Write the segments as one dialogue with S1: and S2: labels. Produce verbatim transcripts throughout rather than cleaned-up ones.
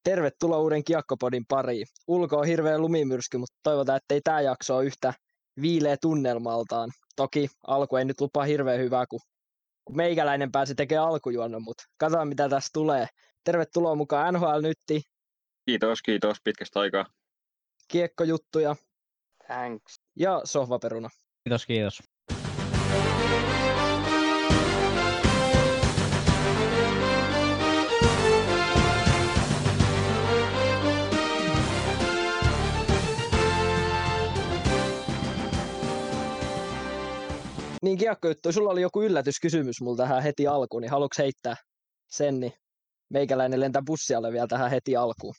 S1: Tervetuloa uuden Kiekkopodin pariin. Ulko on hirveä lumimyrsky, mutta toivotaan, ettei tämä jakso ole yhtä viileä tunnelmaltaan. Toki alku ei nyt lupaa hirveän hyvää, kun meikäläinen pääsi tekemään alkujuonnon, mutta katsotaan mitä tästä tulee. Tervetuloa mukaan N H L Nytti.
S2: Kiitos, kiitos pitkästä aikaa.
S1: Kiekkojuttuja.
S3: Thanks.
S1: Ja Sohvaperuna.
S4: Kiitos, kiitos.
S1: Niin Kiekkojuttu, sulla oli joku yllätyskysymys mulla tähän heti alkuun, niin haluatko heittää sen, niin meikäläinen lentää bussialle vielä tähän heti alkuun.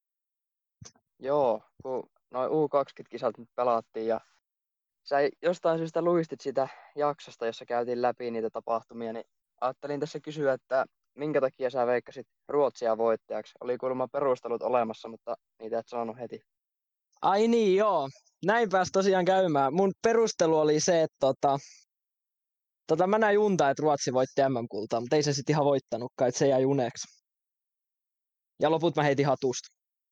S3: Joo, kun noin U kaksikymmentä-kisat nyt pelattiin ja sä jostain syystä luistit sitä jaksosta, jossa käytiin läpi niitä tapahtumia, niin ajattelin tässä kysyä, että minkä takia sä veikkasit Ruotsia voittajaksi? Oli kuulemma perustelut olemassa, mutta niitä et sanonut heti.
S1: Ai niin, joo. Näin pääsi tosiaan käymään. Mun perustelu oli se, että tota, tota, mä näin unta, että Ruotsi voitti M M-kultaa, mutta ei se sitten ihan voittanutkaan, että se jäi uneksi. Ja loput mä heitin hatusta.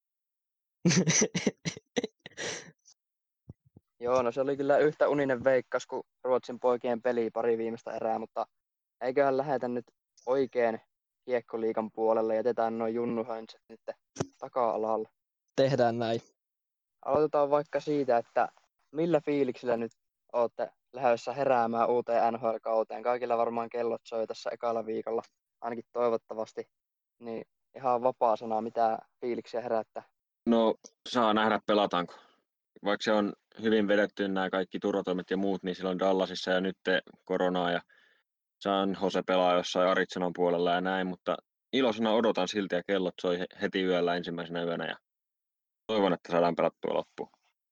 S3: Joo, no se oli kyllä yhtä uninen veikkas kuin Ruotsin poikien peli pari viimeistä erää, mutta eiköhän lähetä nyt oikein kiekkoliigan puolelle ja jätetään noin junnuhönset nyt taka-alalle.
S1: Tehdään näin.
S3: Aloitetaan vaikka siitä, että millä fiiliksillä nyt olette lähdössä heräämään uuteen N H L-kauteen. Kaikilla varmaan kellot soi tässä ekalla viikolla, ainakin toivottavasti. Niin ihan vapaa sana, mitä fiiliksiä herättää.
S2: No, saa nähdä pelataanko. Vaikka se on hyvin vedetty nämä kaikki turvatoimet ja muut, niin silloin Dallasissa ja nyt koronaa ja San Jose pelaa jossain Arizonan puolella ja näin, mutta iloisena odotan silti ja kellot soi heti yöllä ensimmäisenä yönä ja toivon, että saadaan pelattua loppuun.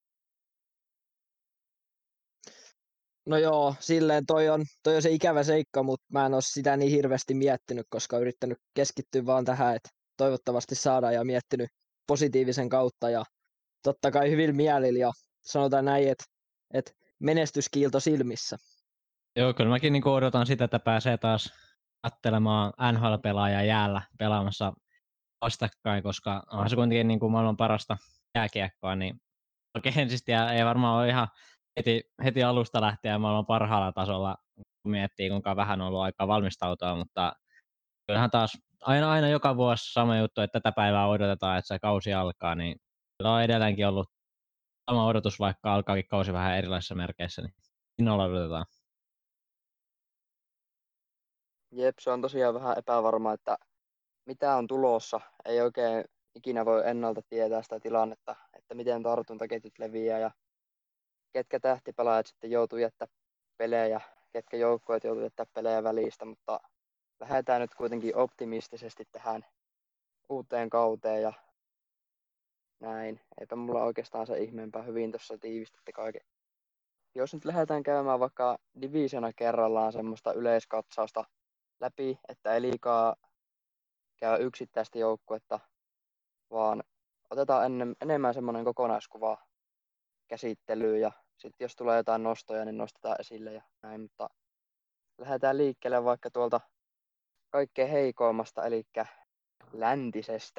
S1: No joo, silleen toi on, toi on se ikävä seikka, mutta mä en ole sitä niin hirveästi miettinyt, koska olen yrittänyt keskittyä vaan tähän, että toivottavasti saadaan ja miettinyt positiivisen kautta ja totta kai hyvillä mielillä ja sanotaan näin, että, että menestyskiilto silmissä.
S4: Joo, kyllä mäkin niin odotan sitä, että pääsee taas katselemaan N H L-pelaajaa jäällä pelaamassa vastakkain, koska onhan se kuitenkin niin kuin maailman parasta jääkiekkoa, niin oikein siis ei varmaan ole ihan heti, heti alusta lähtien maailman parhaalla tasolla, kun miettii kuinka vähän on ollut aikaa valmistautua, mutta kyllähän taas aina, aina joka vuosi sama juttu, että tätä päivää odotetaan, että se kausi alkaa, niin kyllä on edelleenkin ollut sama odotus, vaikka alkaakin kausi vähän erilaisissa merkeissä, niin innolla odotetaan.
S3: Jep, se on tosiaan vähän epävarma, että mitä on tulossa. Ei oikein ikinä voi ennalta tietää sitä tilannetta, että miten tartuntaketjut leviää ja ketkä tähtipelaajat sitten joutuu jättää pelejä, ketkä joukkueet joutuu jättää pelejä välistä, mutta lähdetään nyt kuitenkin optimistisesti tähän uuteen kauteen ja näin. Eipä mulla oikeastaan se ihmeempää, hyvin tuossa tiivistitte kaiken. Jos nyt lähdetään käymään vaikka divisiona kerrallaan semmoista yleiskatsausta läpi, että ei liikaa käy yksittäistä joukkuetta, vaan otetaan ennen, enemmän semmoinen kokonaiskuva käsittelyyn ja sitten jos tulee jotain nostoja, niin nostetaan esille ja näin, mutta lähdetään liikkeelle vaikka tuolta kaikkein heikoimmasta, eli läntisestä.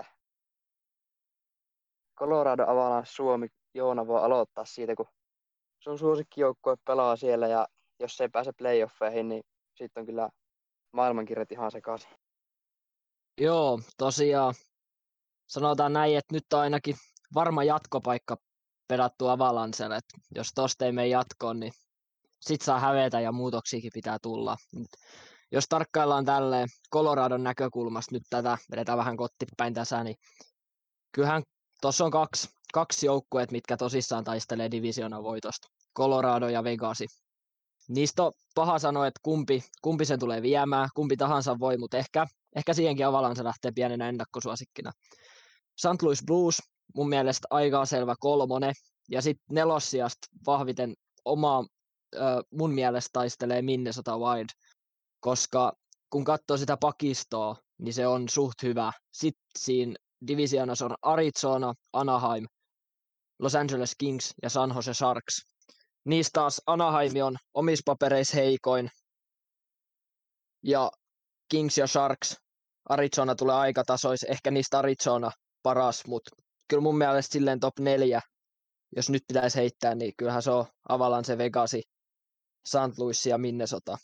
S3: Colorado Avalanche Suomi, Joona voi aloittaa siitä, kun sun suosikkijoukkue pelaa siellä ja jos ei pääse playoffeihin, niin sitten on kyllä maailmankirjat ihan sekaisin.
S1: Joo, tosiaan sanotaan näin, että nyt on ainakin varma jatkopaikka pedattu Avalancelle, että jos tosta ei mene jatkoon, niin sit saa hävetä ja muutoksiakin pitää tulla. Nyt, jos tarkkaillaan tälleen Coloradon näkökulmasta nyt tätä, vedetään vähän kottipäin tässä, niin kyllähän tuossa on kaksi, kaksi joukkueet, mitkä tosissaan taistelee divisioonan voitosta. Colorado ja Vegasi. Niistä on paha sanoa, että kumpi, kumpi sen tulee viemään, kumpi tahansa voi, mutta ehkä, ehkä siihenkin Avalanche lähtee pienenä ennakkosuosikkina. Saint Louis Blues, mun mielestä aika selvä kolmonen, ja sitten nelossijasta vahviten omaa mun mielestä taistelee Minnesota Wild, koska kun katsoo sitä pakistoa, niin se on suht hyvä. Sitten siinä divisioonassa on Arizona, Anaheim, Los Angeles Kings ja San Jose Sharks. Niistä taas Anaheim on omissa papereissa heikoin, ja Kings ja Sharks, Arizona tulee aikatasois, ehkä niistä Arizona paras, mutta kyllä mun mielestä silleen top neljä, jos nyt pitäisi heittää, niin kyllähän se on Avalanche, Vegasi, Saint Louis ja Minnesota.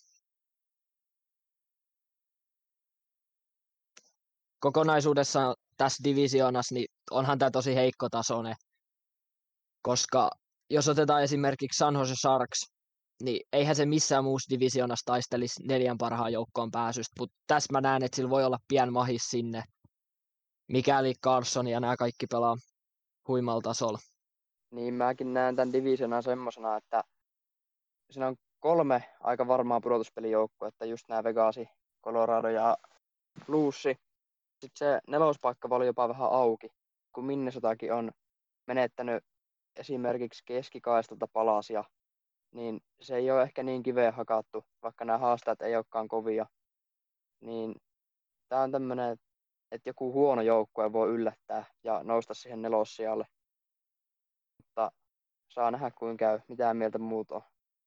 S1: Kokonaisuudessaan tässä divisioonassa niin onhan tämä tosi heikkotasoinen, koska jos otetaan esimerkiksi San Jose Sharks, niin eihän se missään muussa divisioonassa taistelisi neljän parhaan joukkoon pääsystä, mutta tässä mä näen, että sillä voi olla pien mahis sinne, mikäli Carlson ja nämä kaikki pelaa huimalla tasolla.
S3: Niin mäkin näen tämän divisioonan semmosena, että siinä on kolme aika varmaa pudotuspelijoukkoa, just nämä Vegasi, Colorado ja Luussi. Sitten se nelospaikka oli jopa vähän auki, kun Minnesotakin on menettänyt esimerkiksi keskikaistalta palasia, niin se ei ole ehkä niin kiveen hakattu, vaikka nämä haasteet ei olekaan kovia. Niin tämä on tämmöinen, että joku huono joukkue voi yllättää ja nousta siihen nelossijalle. Mutta saa nähdä kuinka käy, mitään mieltä muut on.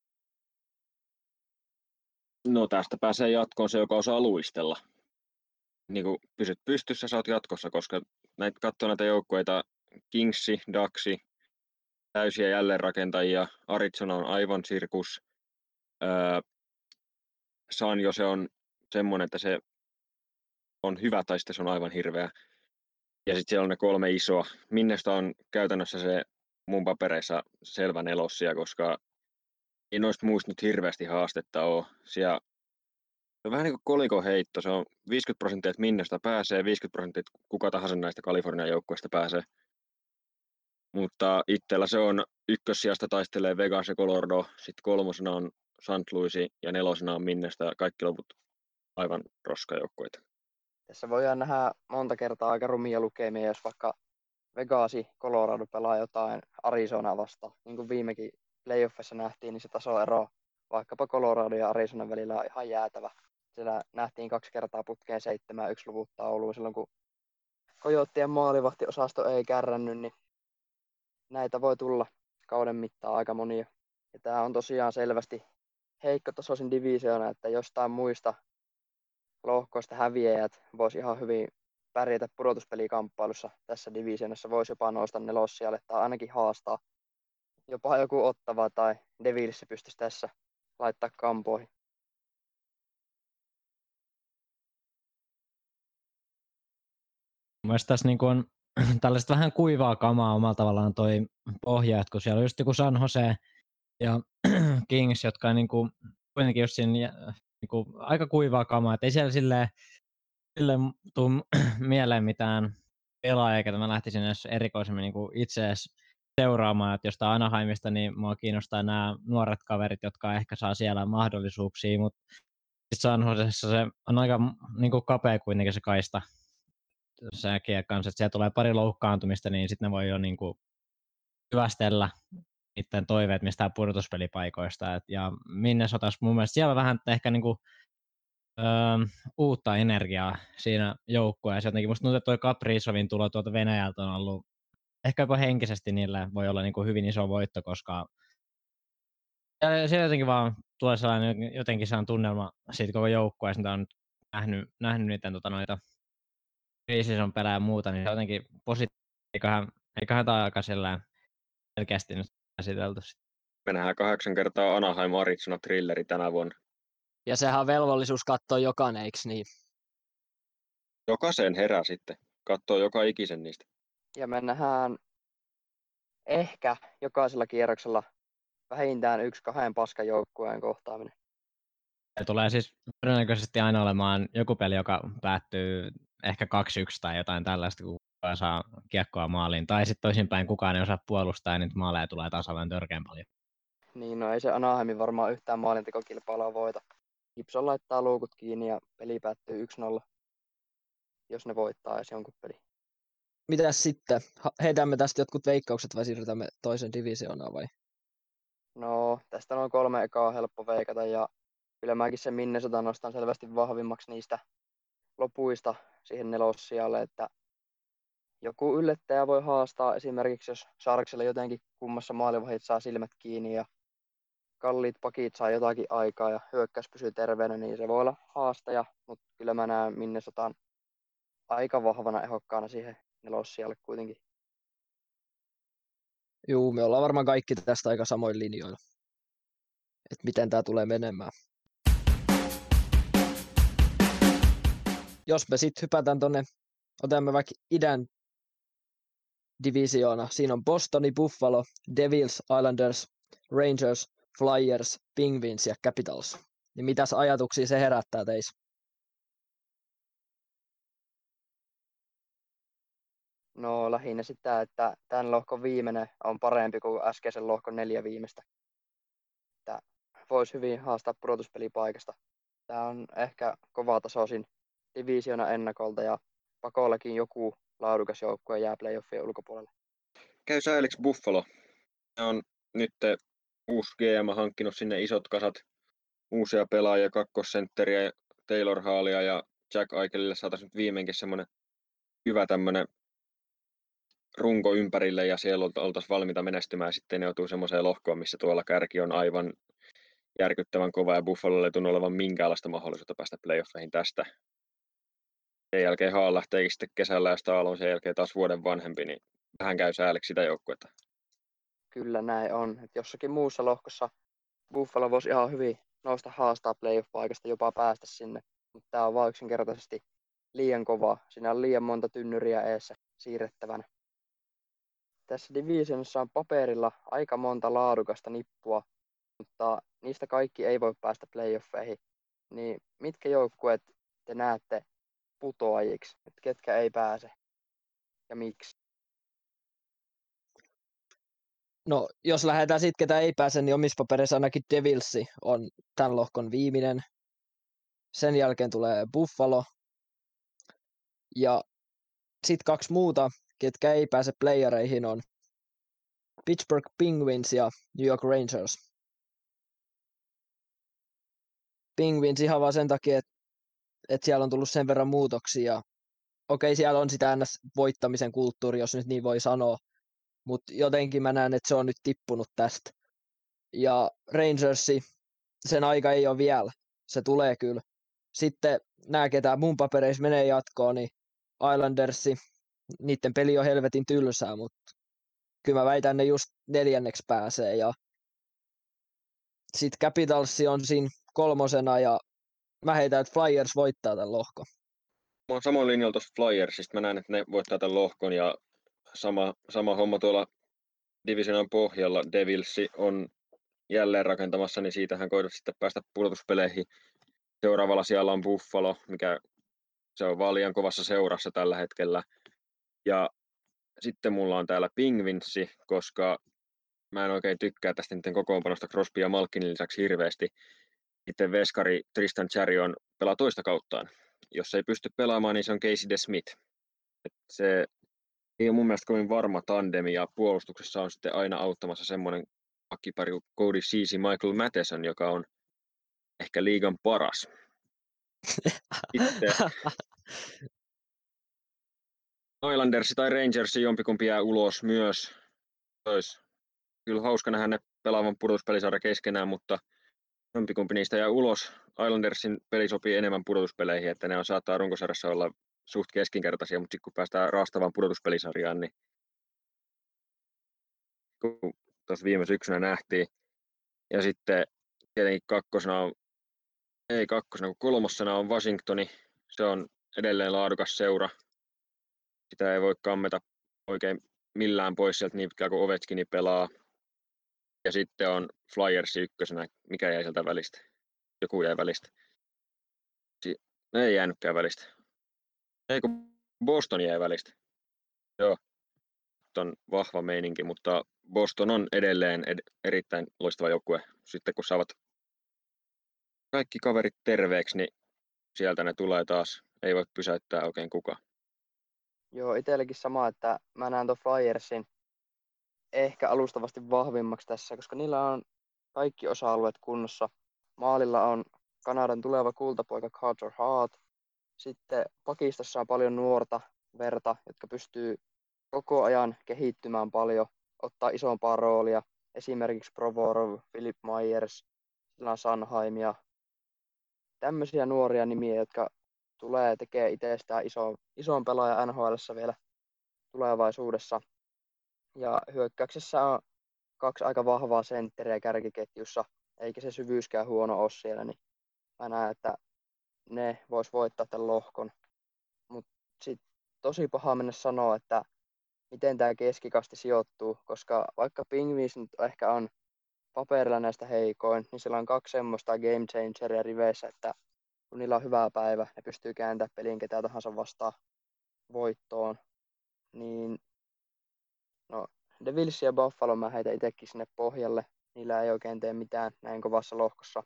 S2: No tästä pääsee jatkoon se, joka osaa luistella. Niin kun pysyt pystyssä, sä oot jatkossa, koska näitä, katsoo näitä joukkueita, Kingsi, Ducksi, täysiä jälleenrakentajia, Arizona on aivan sirkus. Öö, San Jose on semmoinen, että se on hyvä tai sitten se on aivan hirveä. Ja sitten siellä on ne kolme isoa. Minnestä on käytännössä se mun papereissa selvä nelossia, koska ei noista muista nyt hirveästi haastetta ole. Siellä se on vähän niin kuin kolikon heitto. Se on viisikymmentä prosenttia, että Minnestä pääsee, viisikymmentä prosenttia, että kuka tahansa näistä Kalifornian joukkueista pääsee. Mutta itsellä se on ykkössijasta taistelee Vegas ja Colorado, sitten kolmosena on Saint Louis ja nelosena on Minnestä, kaikki loput aivan roskajoukkueita.
S3: Tässä voidaan nähdä monta kertaa aika rumia lukemia, jos vaikka Vegasi, Colorado pelaa jotain Arizonaa vastaan. Niin kuin viimekin playoffissa nähtiin, niin se tasoero vaikkapa Colorado ja Arizonan välillä on ihan jäätävä. Siellä nähtiin kaksi kertaa putkeen seitsemän yksi luvuttaa Ouluun silloin, kun Coyottien maalivahtiosasto ei kärrännyt, niin näitä voi tulla kauden mittaan aika monia. Ja tämä on tosiaan selvästi heikkotasoisin divisioona, että jostain muista lohkoista häviäjät voisi ihan hyvin pärjätä pudotuspelikamppailussa tässä divisioonassa, voisi jopa nousta nelossijalle tai ainakin haastaa. Jopa joku Ottava tai Devils pystyisi tässä laittaa kampoihin.
S4: Mielestäni tässä niin on tällaista vähän kuivaa kamaa omalla tavallaan toi pohja, että kun siellä on just joku San Jose ja Kings, jotka on niin kuin, kuitenkin just siinä niin kuin, aika kuivaa kamaa, että ei siellä silleen, silleen tule mieleen mitään pelaajia, eikä mä lähtisin edes erikoisemmin niin kuin itse edes seuraamaan, että jostain Anaheimista, niin mua kiinnostaa nämä nuoret kaverit, jotka ehkä saa siellä mahdollisuuksia, mutta sitten San Josessa se on aika niin kuin kapea kuitenkin se kaista säkeä kanssa, että siellä tulee pari loukkaantumista, niin sitten ne voi jo niin kuin hyvästellä niiden toiveet mistään pudotuspelipaikoista. Et, ja Minnesotas mun mielestä siellä on vähän ehkä niin kuin, öö, uutta energiaa siinä joukkueessa. Jotenkin musta tuntuu, että toi Kaprizovin tulo tuolta Venäjältä on ollut ehkä jopa henkisesti niille voi olla niin kuin hyvin iso voitto, koska siellä jotenkin vaan tulee sellainen jotenkin sellainen tunnelma siitä koko joukkueesta, mitä on nyt nähnyt, nähnyt niiden tota, noita Preseason pelejä ja muuta, niin se on jotenkin positiivinen. Eiköhän, eiköhän tämä aika selkeästi nyt käsitelty.
S2: Me nähdään kahdeksan kertaa Anaheim Arizona thrilleri tänä vuonna.
S1: Ja sehän on velvollisuus katsoa jokainen, eikö niin?
S2: Jokaisen herää sitten. Katsoo joka ikisen niistä.
S3: Ja me nähdään ehkä jokaisella kierroksella vähintään yksi kahden paskan joukkueen kohtaaminen.
S4: Se tulee siis todennäköisesti aina olemaan joku peli, joka päättyy ehkä kaksi yksi tai jotain tällaista, kun kukaan saa kiekkoa maaliin. Tai sitten toisinpäin kukaan ei osaa puolustaa ja nyt maaleja tulee tasalleen törkeän paljon.
S3: Niin, no ei se Anaheimin varmaan yhtään maalintekokilpailua voita. Gibson laittaa luukut kiinni ja peli päättyy yksi nolla, jos ne voittaa edes jonkun peli.
S1: Mitäs sitten? Heitämme tästä jotkut veikkaukset vai siirrytämme toisen divisioonaan vai?
S3: No, tästä on kolme ekaa helppo veikata ja kyllä mäkin sen Minnesota nostan selvästi vahvimmaksi niistä lopuista siihen nelossijalle, että joku yllättäjä voi haastaa esimerkiksi, jos Sharksella jotenkin kummassa maalivahdit saa silmät kiinni ja kalliit pakit saa jotakin aikaa ja hyökkäys pysyy terveenä, niin se voi olla haastaja, mutta kyllä mä näen Minnesotan aika vahvana ehokkaana siihen nelossijalle kuitenkin.
S1: Juu, me ollaan varmaan kaikki tästä aika samoin linjoilla, että miten tämä tulee menemään. Jos me sitten hypätään tonne, otamme vaikka idän divisioona. Siinä on Bostoni, Buffalo, Devils, Islanders, Rangers, Flyers, Penguins ja Capitals. Niin mitäs ajatuksia se herättää teissä?
S3: No lähinnä sitä, että tämän lohkon viimeinen on parempi kuin äskeisen lohkon neljä viimeistä. Että voisi hyvin haastaa pudotuspelipaikasta. Tämä on ehkä kovatasoisin divisioona ennakolta ja pakollakin joku laadukas joukkue jää playoffien ulkopuolelle.
S2: Käy sääliksi Buffalo. Ne on nyt uusi G M hankkinut sinne isot kasat uusia pelaajia, kakkossentteriä, Taylor Hallia ja Jack Eichelille saataisiin nyt viimeinkin semmoinen hyvä tämmöinen runko ympärille ja siellä oltaisiin valmiita menestymään. Sitten ne joutuu semmoiseen lohkoon, missä tuolla kärki on aivan järkyttävän kova ja Buffalolle ei tunnu olevan minkäänlaista mahdollisuutta päästä playoffeihin tästä. Sen jälkeen Hall lähteekin sitten kesällä ja Stahl on sen jälkeen taas vuoden vanhempi, niin vähän käy sääliksi sitä joukkuetta.
S3: Kyllä näin on. Et jossakin muussa lohkossa Buffalo voisi ihan hyvin nousta haastaa playoff-paikasta, jopa päästä sinne. Mutta tämä on vaan yksinkertaisesti liian kova. Siinä on liian monta tynnyriä eessä siirrettävänä. Tässä divisionissa on paperilla aika monta laadukasta nippua, mutta niistä kaikki ei voi päästä playoffeihin. Niin mitkä joukkueet te näette putoajiksi, että ketkä ei pääse ja miksi?
S1: No, jos lähdetään sitten, ketä ei pääse, niin omissa papereissa ainakin Devilsi on tämän lohkon viimeinen. Sen jälkeen tulee Buffalo. Ja sitten kaksi muuta, ketkä ei pääse playereihin, on Pittsburgh Penguins ja New York Rangers. Penguins ihan vaan sen takia, että, että siellä on tullut sen verran muutoksia. Okei, siellä on sitä N S-voittamisen kulttuuri, jos nyt niin voi sanoa. Mutta jotenkin mä näen, että se on nyt tippunut tästä. Ja Rangersi, sen aika ei ole vielä. Se tulee kyllä. Sitten nämä, ketä mun papereissa menee jatkoon, niin Islandersi, niiden peli on helvetin tylsää, mutta kyllä mä väitän, ne just neljänneksi pääsee. Ja sitten Capitalsi on siinä kolmosena ja mä heitän, että Flyers voittaa tämän lohkon.
S2: Mä oon samoin linjalla tuossa Flyersista. Mä näen, että ne voittaa tämän lohkon ja sama, sama homma tuolla divisionan pohjalla. Devilsi on jälleen rakentamassa, niin siitähän koitat sitten päästä pudotuspeleihin. Seuraavalla siellä on Buffalo, mikä se on vaan liian kovassa seurassa tällä hetkellä. Ja sitten mulla on täällä Penguinsi, koska mä en oikein tykkää tästä niiden kokoonpanosta Crosby ja Malkinin lisäksi hirveästi. Sitten veskari Tristan Charion pelaa toista kauttaan. Jos ei pysty pelaamaan, niin se on Casey DeSmith. Et se ei ole mun mielestä kovin varma tandemi ja puolustuksessa on sitten aina auttamassa semmoinen pakkipari kuin Cody Ceci, Michael Matheson, joka on ehkä liigan paras. Sitten Islanders tai Rangers jompikumpi jää ulos myös. Olisi kyllä hauska nähdä ne pelaavan pudotuspelisarja keskenään, mutta jompikumpi niistä jää ulos. Islandersin peli sopii enemmän pudotuspeleihin, että ne on saattaa runkosarjassa olla suht keskinkertaisia, mutta sitten kun päästään raastavaan pudotuspelisarjaan, niin kun tuossa viime syksynä nähtiin. Ja sitten tietenkin kakkosena on, ei kakkosena, kun kolmosena on Washingtoni. Se on edelleen laadukas seura. Sitä ei voi kammeta oikein millään pois sieltä niin pitkään kuin Ovechkini pelaa. Ja sitten on Flyers ykkösenä, mikä jäi sieltä välistä. Joku jäi välistä. Si- no ei jäänytkään välistä. Ei kun Boston jäi välistä. Joo, on vahva meininki, mutta Boston on edelleen ed- erittäin loistava joukkue. Sitten kun saavat kaikki kaverit terveeksi, niin sieltä ne tulee taas. Ei voi pysäyttää oikein kukaan.
S3: Joo, itselläkin sama, että mä näen tuon Flyersin ehkä alustavasti vahvimmaksi tässä, koska niillä on kaikki osa-alueet kunnossa. Maalilla on Kanadan tuleva kultapoika Carter Hart. Sitten pakistossa on paljon nuorta verta, jotka pystyy koko ajan kehittymään paljon, ottaa isompaa roolia. Esimerkiksi Provorov, Philip Myers, sillä on Sanheim ja tämmöisiä nuoria nimiä, jotka tulee tekemään itsestään iso, ison pelaajan N H L:ssä vielä tulevaisuudessa. Ja hyökkäyksessä on kaksi aika vahvaa sentteriä kärkiketjussa, eikä se syvyyskään huono ole siellä, niin mä näen, että ne vois voittaa tämän lohkon. Mutta sitten tosi paha mennä sanoa, että miten tämä keskikasti sijoittuu, koska vaikka Penguins nyt ehkä on paperilla näistä heikoin, niin siellä on kaksi semmoista game changeria riveissä, että kun niillä on hyvä päivä, ne pystyy kääntämään pelin ketä tahansa vastaan voittoon, niin no Devils ja Buffalo mä heitä itsekin sinne pohjalle. Niillä ei oikein tee mitään näin kovassa lohkossa.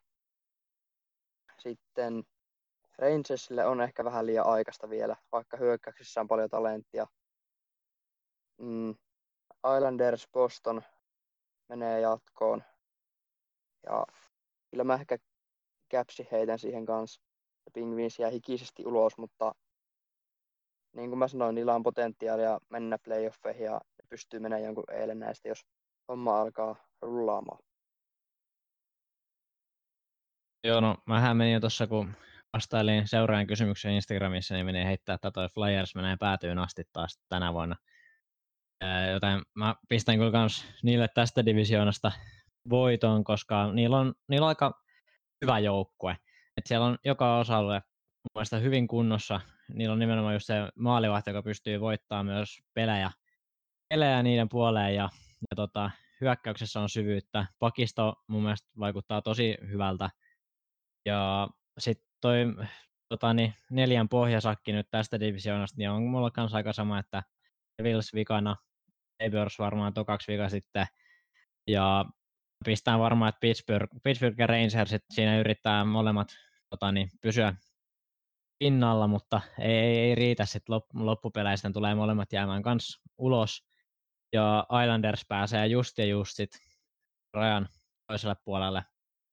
S3: Sitten Rangersille on ehkä vähän liian aikaista vielä, vaikka hyökkäyksissä on paljon talenttia. Mm, Islanders Boston menee jatkoon. Ja kyllä mä ehkä Capsi heitän siihen kanssa. Penguins jää hikisesti ulos, mutta niin kuin mä sanoin, niillä on potentiaalia mennä playoffeihin ja ne pystyy menemään jonkun eilen näistä, jos homma alkaa rullaamaan.
S4: Joo, no mähän menin jo tuossa, kun vastailin seuraajan kysymykseen Instagramissa, niin menin heittää, että toi Flyers menee päätyyn asti taas tänä vuonna. Ää, joten mä pistän kyllä kans niille tästä divisioonasta voiton, koska niillä on, niillä on aika hyvä joukkue. Et siellä on joka osalle mun mielestä hyvin kunnossa. Niillä on nimenomaan just se maalivahti, joka pystyy voittamaan myös pelejä, pelejä niiden puoleen ja, ja tota, hyökkäyksessä on syvyyttä. Pakisto mun mielestä vaikuttaa tosi hyvältä. Ja sitten toi tota, niin, neljän pohjasakki nyt tästä divisioonasta, niin on mulla kanssa aika sama, että Devils vikana, Sabres varmaan tokaksi vika sitten. Ja pistään varmaan, että Pittsburgh, Pittsburgh ja Rangers siinä yrittää molemmat tota, niin, pysyä pinnalla, mutta ei, ei, ei riitä sitten loppupeleistä, tulee molemmat jäämään kanssa ulos. Ja Islanders pääsee just ja just sit rajan toiselle puolelle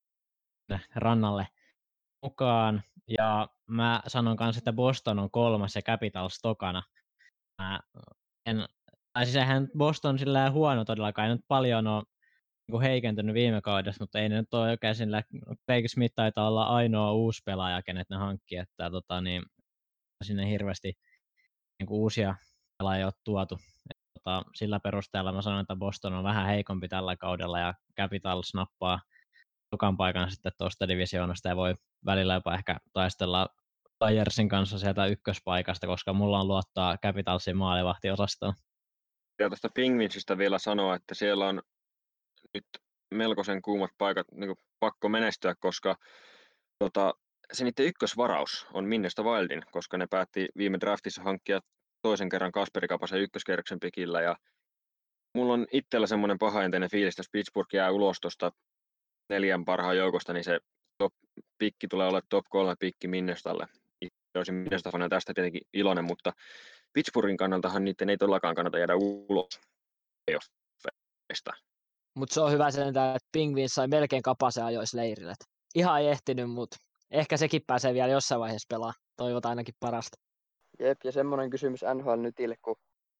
S4: rannalle mukaan. Ja mä sanon kanssa, että Boston on kolmas ja Capitals tokana. Mä en, tai siis eihän Boston sillä huono todellakaan, ei nyt paljon ole niin heikentynyt viime kaudessa, mutta ei ne nyt ole oikein sillä, Craig Smith taitaa olla ainoa uusi pelaaja, kenet ne hankkii, että tota, niin, sinne hirveästi niin uusia pelaajia ole tuotu. Et, tota, sillä perusteella mä sanon, että Boston on vähän heikompi tällä kaudella ja Capitals nappaa tokan paikan sitten tuosta divisioonasta ja voi välillä jopa ehkä taistella Flyersin kanssa sieltä ykköspaikasta, koska mulla on luottaa Capitalsin maalivahtiosastoon.
S2: Ja tuosta Penguinsista vielä sanoa, että siellä on nyt melkoisen kuumat paikat niin kuin pakko menestyä, koska tota, se niiden ykkösvaraus on Minnesota Wildin, koska ne päätti viime draftissa hankkia toisen kerran Kasperi Kapasen ykköskierroksen pikillä. Ja mulla on itsellä semmoinen pahaenteinen fiilis, että jos Pittsburgh jää ulos tuosta neljän parhaan joukosta, niin se top pikki tulee olla top kolme pikki Minnesotalle. Olisin Minnesota tästä tietenkin iloinen, mutta Pittsburghin kannaltahan niiden ei todellakaan kannata jäädä ulos playoffeista.
S1: Mutta se on hyvä sentään, että Penguins sai melkein Kapasen ajois leirille. Ihan ei ehtinyt, mutta ehkä sekin pääsee vielä jossain vaiheessa pelaa. Toivotaan ainakin parasta.
S3: Jep, ja semmoinen kysymys N H L nytille, kun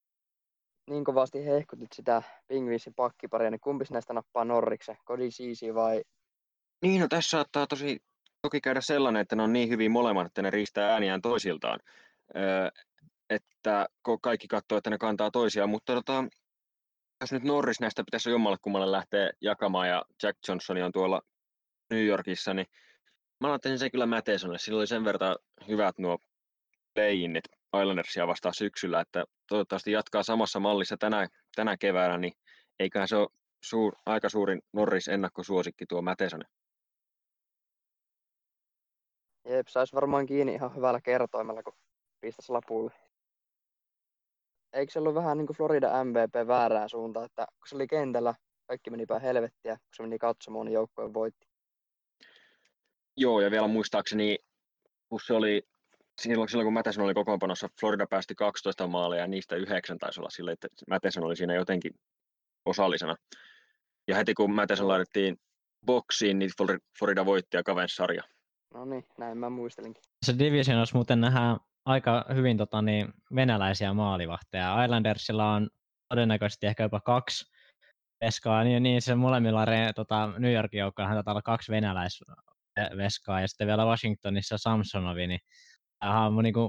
S3: niin kovasti hehkutit sitä Penguinsin pakkiparia, niin kumpi näistä nappaa Norriksen? Cody Ceci vai?
S2: Niin, no tässä saattaa tosi, toki käydä sellainen, että ne on niin hyvin molemmat, että ne riistää ääniään toisiltaan. Öö, että kaikki katsoo, että ne kantaa toisiaan, mutta tota, jos nyt Norris näistä pitäisi jommalle kummalle lähteä jakamaan ja Jack Johnson on tuolla New Yorkissa, niin mä laittaisin sen kyllä Mathesonille. Sillä oli sen verran hyvät nuo play-innit Islandersia vastaan syksyllä, että toivottavasti jatkaa samassa mallissa tänä, tänä keväänä, niin eiköhän se ole suur, aika suurin Norris ennakkosuosikki tuo Matheson.
S3: Jep, saisi varmaan kiinni ihan hyvällä kertoimella, kun pistäisi lapulle. Eikö se ollut vähän niin kuin Florida M V P väärään suuntaan, että kun se oli kentällä, kaikki meni päin helvettiä, kun se meni katsomaan, niin joukkojen voitti.
S2: Joo, ja vielä muistaakseni, kun se oli, silloin, silloin kun Matheson oli kokoonpanossa, Florida päästi kaksitoista maalia ja niistä yhdeksän taisi olla sille, että Matheson oli siinä jotenkin osallisena. Ja heti kun Matheson laitettiin boksiin, niin Florida voitti ja kavensi sarja.
S3: No niin, näin mä muistelinkin.
S4: Se divisioonassa muuten nähdään aika hyvin tota, niin, venäläisiä maalivahteja. Islandersilla on todennäköisesti ehkä jopa kaksi veskaa, niin, niin se molemmilla re, tota, New Yorkin joukkoilla taitaa olla kaksi venäläisveskaa, ja sitten vielä Washingtonissa Samsonovi, niin tämä on niin kuin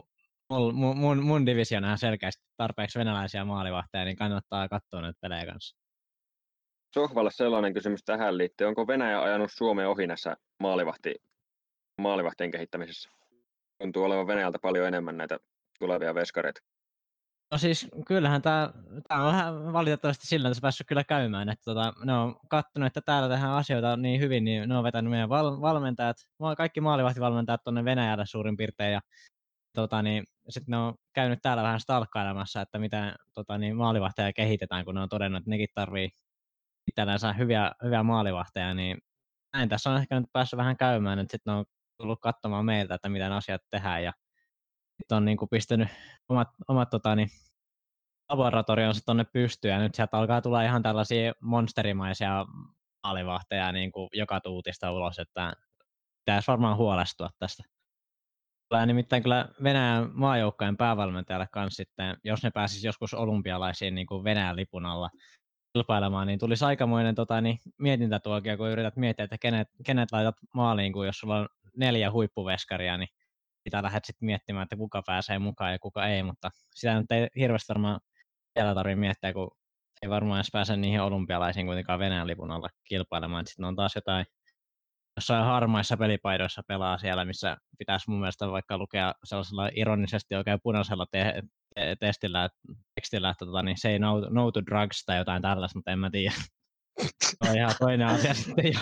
S4: mun, mun, mun, mun divisioona on selkeästi tarpeeksi venäläisiä maalivahteja, niin kannattaa katsoa näitä pelejä kanssa.
S2: Sohvalle sellainen kysymys tähän liittyen. Onko Venäjä ajanut Suomen ohi näissä maalivahti, maalivahtien kehittämisessä? Tuntuu olevan Venäjältä paljon enemmän näitä tulevia veskareita.
S4: No siis kyllähän tää, tää on vähän valitettavasti sillä tässä päässyt kyllä käymään, että tota, ne on kattonut, että täällä tehdään asioita niin hyvin, niin ne on vetänyt meidän val- valmentajat, kaikki maalivahtivalmentajat tuonne Venäjälle suurin piirtein, ja tota, niin, sitten ne on käynyt täällä vähän stalkkailemassa, että miten tota, niin, maalivahteja kehitetään, kun ne on todennut, että nekin tarvii itsellänsä hyviä, hyviä maalivahteja, niin näin tässä on ehkä nyt päässyt vähän käymään, että sitten ne on tullut katsomaan meiltä, että miten asiat tehdään, ja sitten on niin kuin pistänyt omat, omat tota, niin, laboratorionsa tuonne pystyyn, ja nyt sieltä alkaa tulla ihan tällaisia monsterimaisia maalivahteja niin kuin joka tuutista ulos, että pitäisi varmaan huolestua tästä. Tulee nimittäin kyllä Venäjän maajoukkojen päävalmentajalle kanssa sitten, jos ne pääsisi joskus olympialaisiin niin kuin Venäjän lipun alla kilpailemaan, niin tulisi aikamoinen tota, niin, mietintätuokio, kun yrität miettiä, että kenet, kenet laitat maaliin, kun jos sulla on neljä huippuveskaria, niin sitä lähdet sitten miettimään, että kuka pääsee mukaan ja kuka ei, mutta sitä nyt ei hirveästi varmaan vielä tarvitse miettiä, kun ei varmaan edes pääse niihin olympialaisiin kuitenkaan Venäjän lipun alla kilpailemaan. Sitten on taas jotain jossain harmaissa pelipaidoissa pelaa siellä, missä pitäisi mun mielestä vaikka lukea sellaisella ironisesti oikein punaisella te- te- testillä, tekstillä, että tota, niin say no, no to drugs tai jotain tällaista, mutta en mä tiedä. Se on ihan toinen asia sitten. Jo.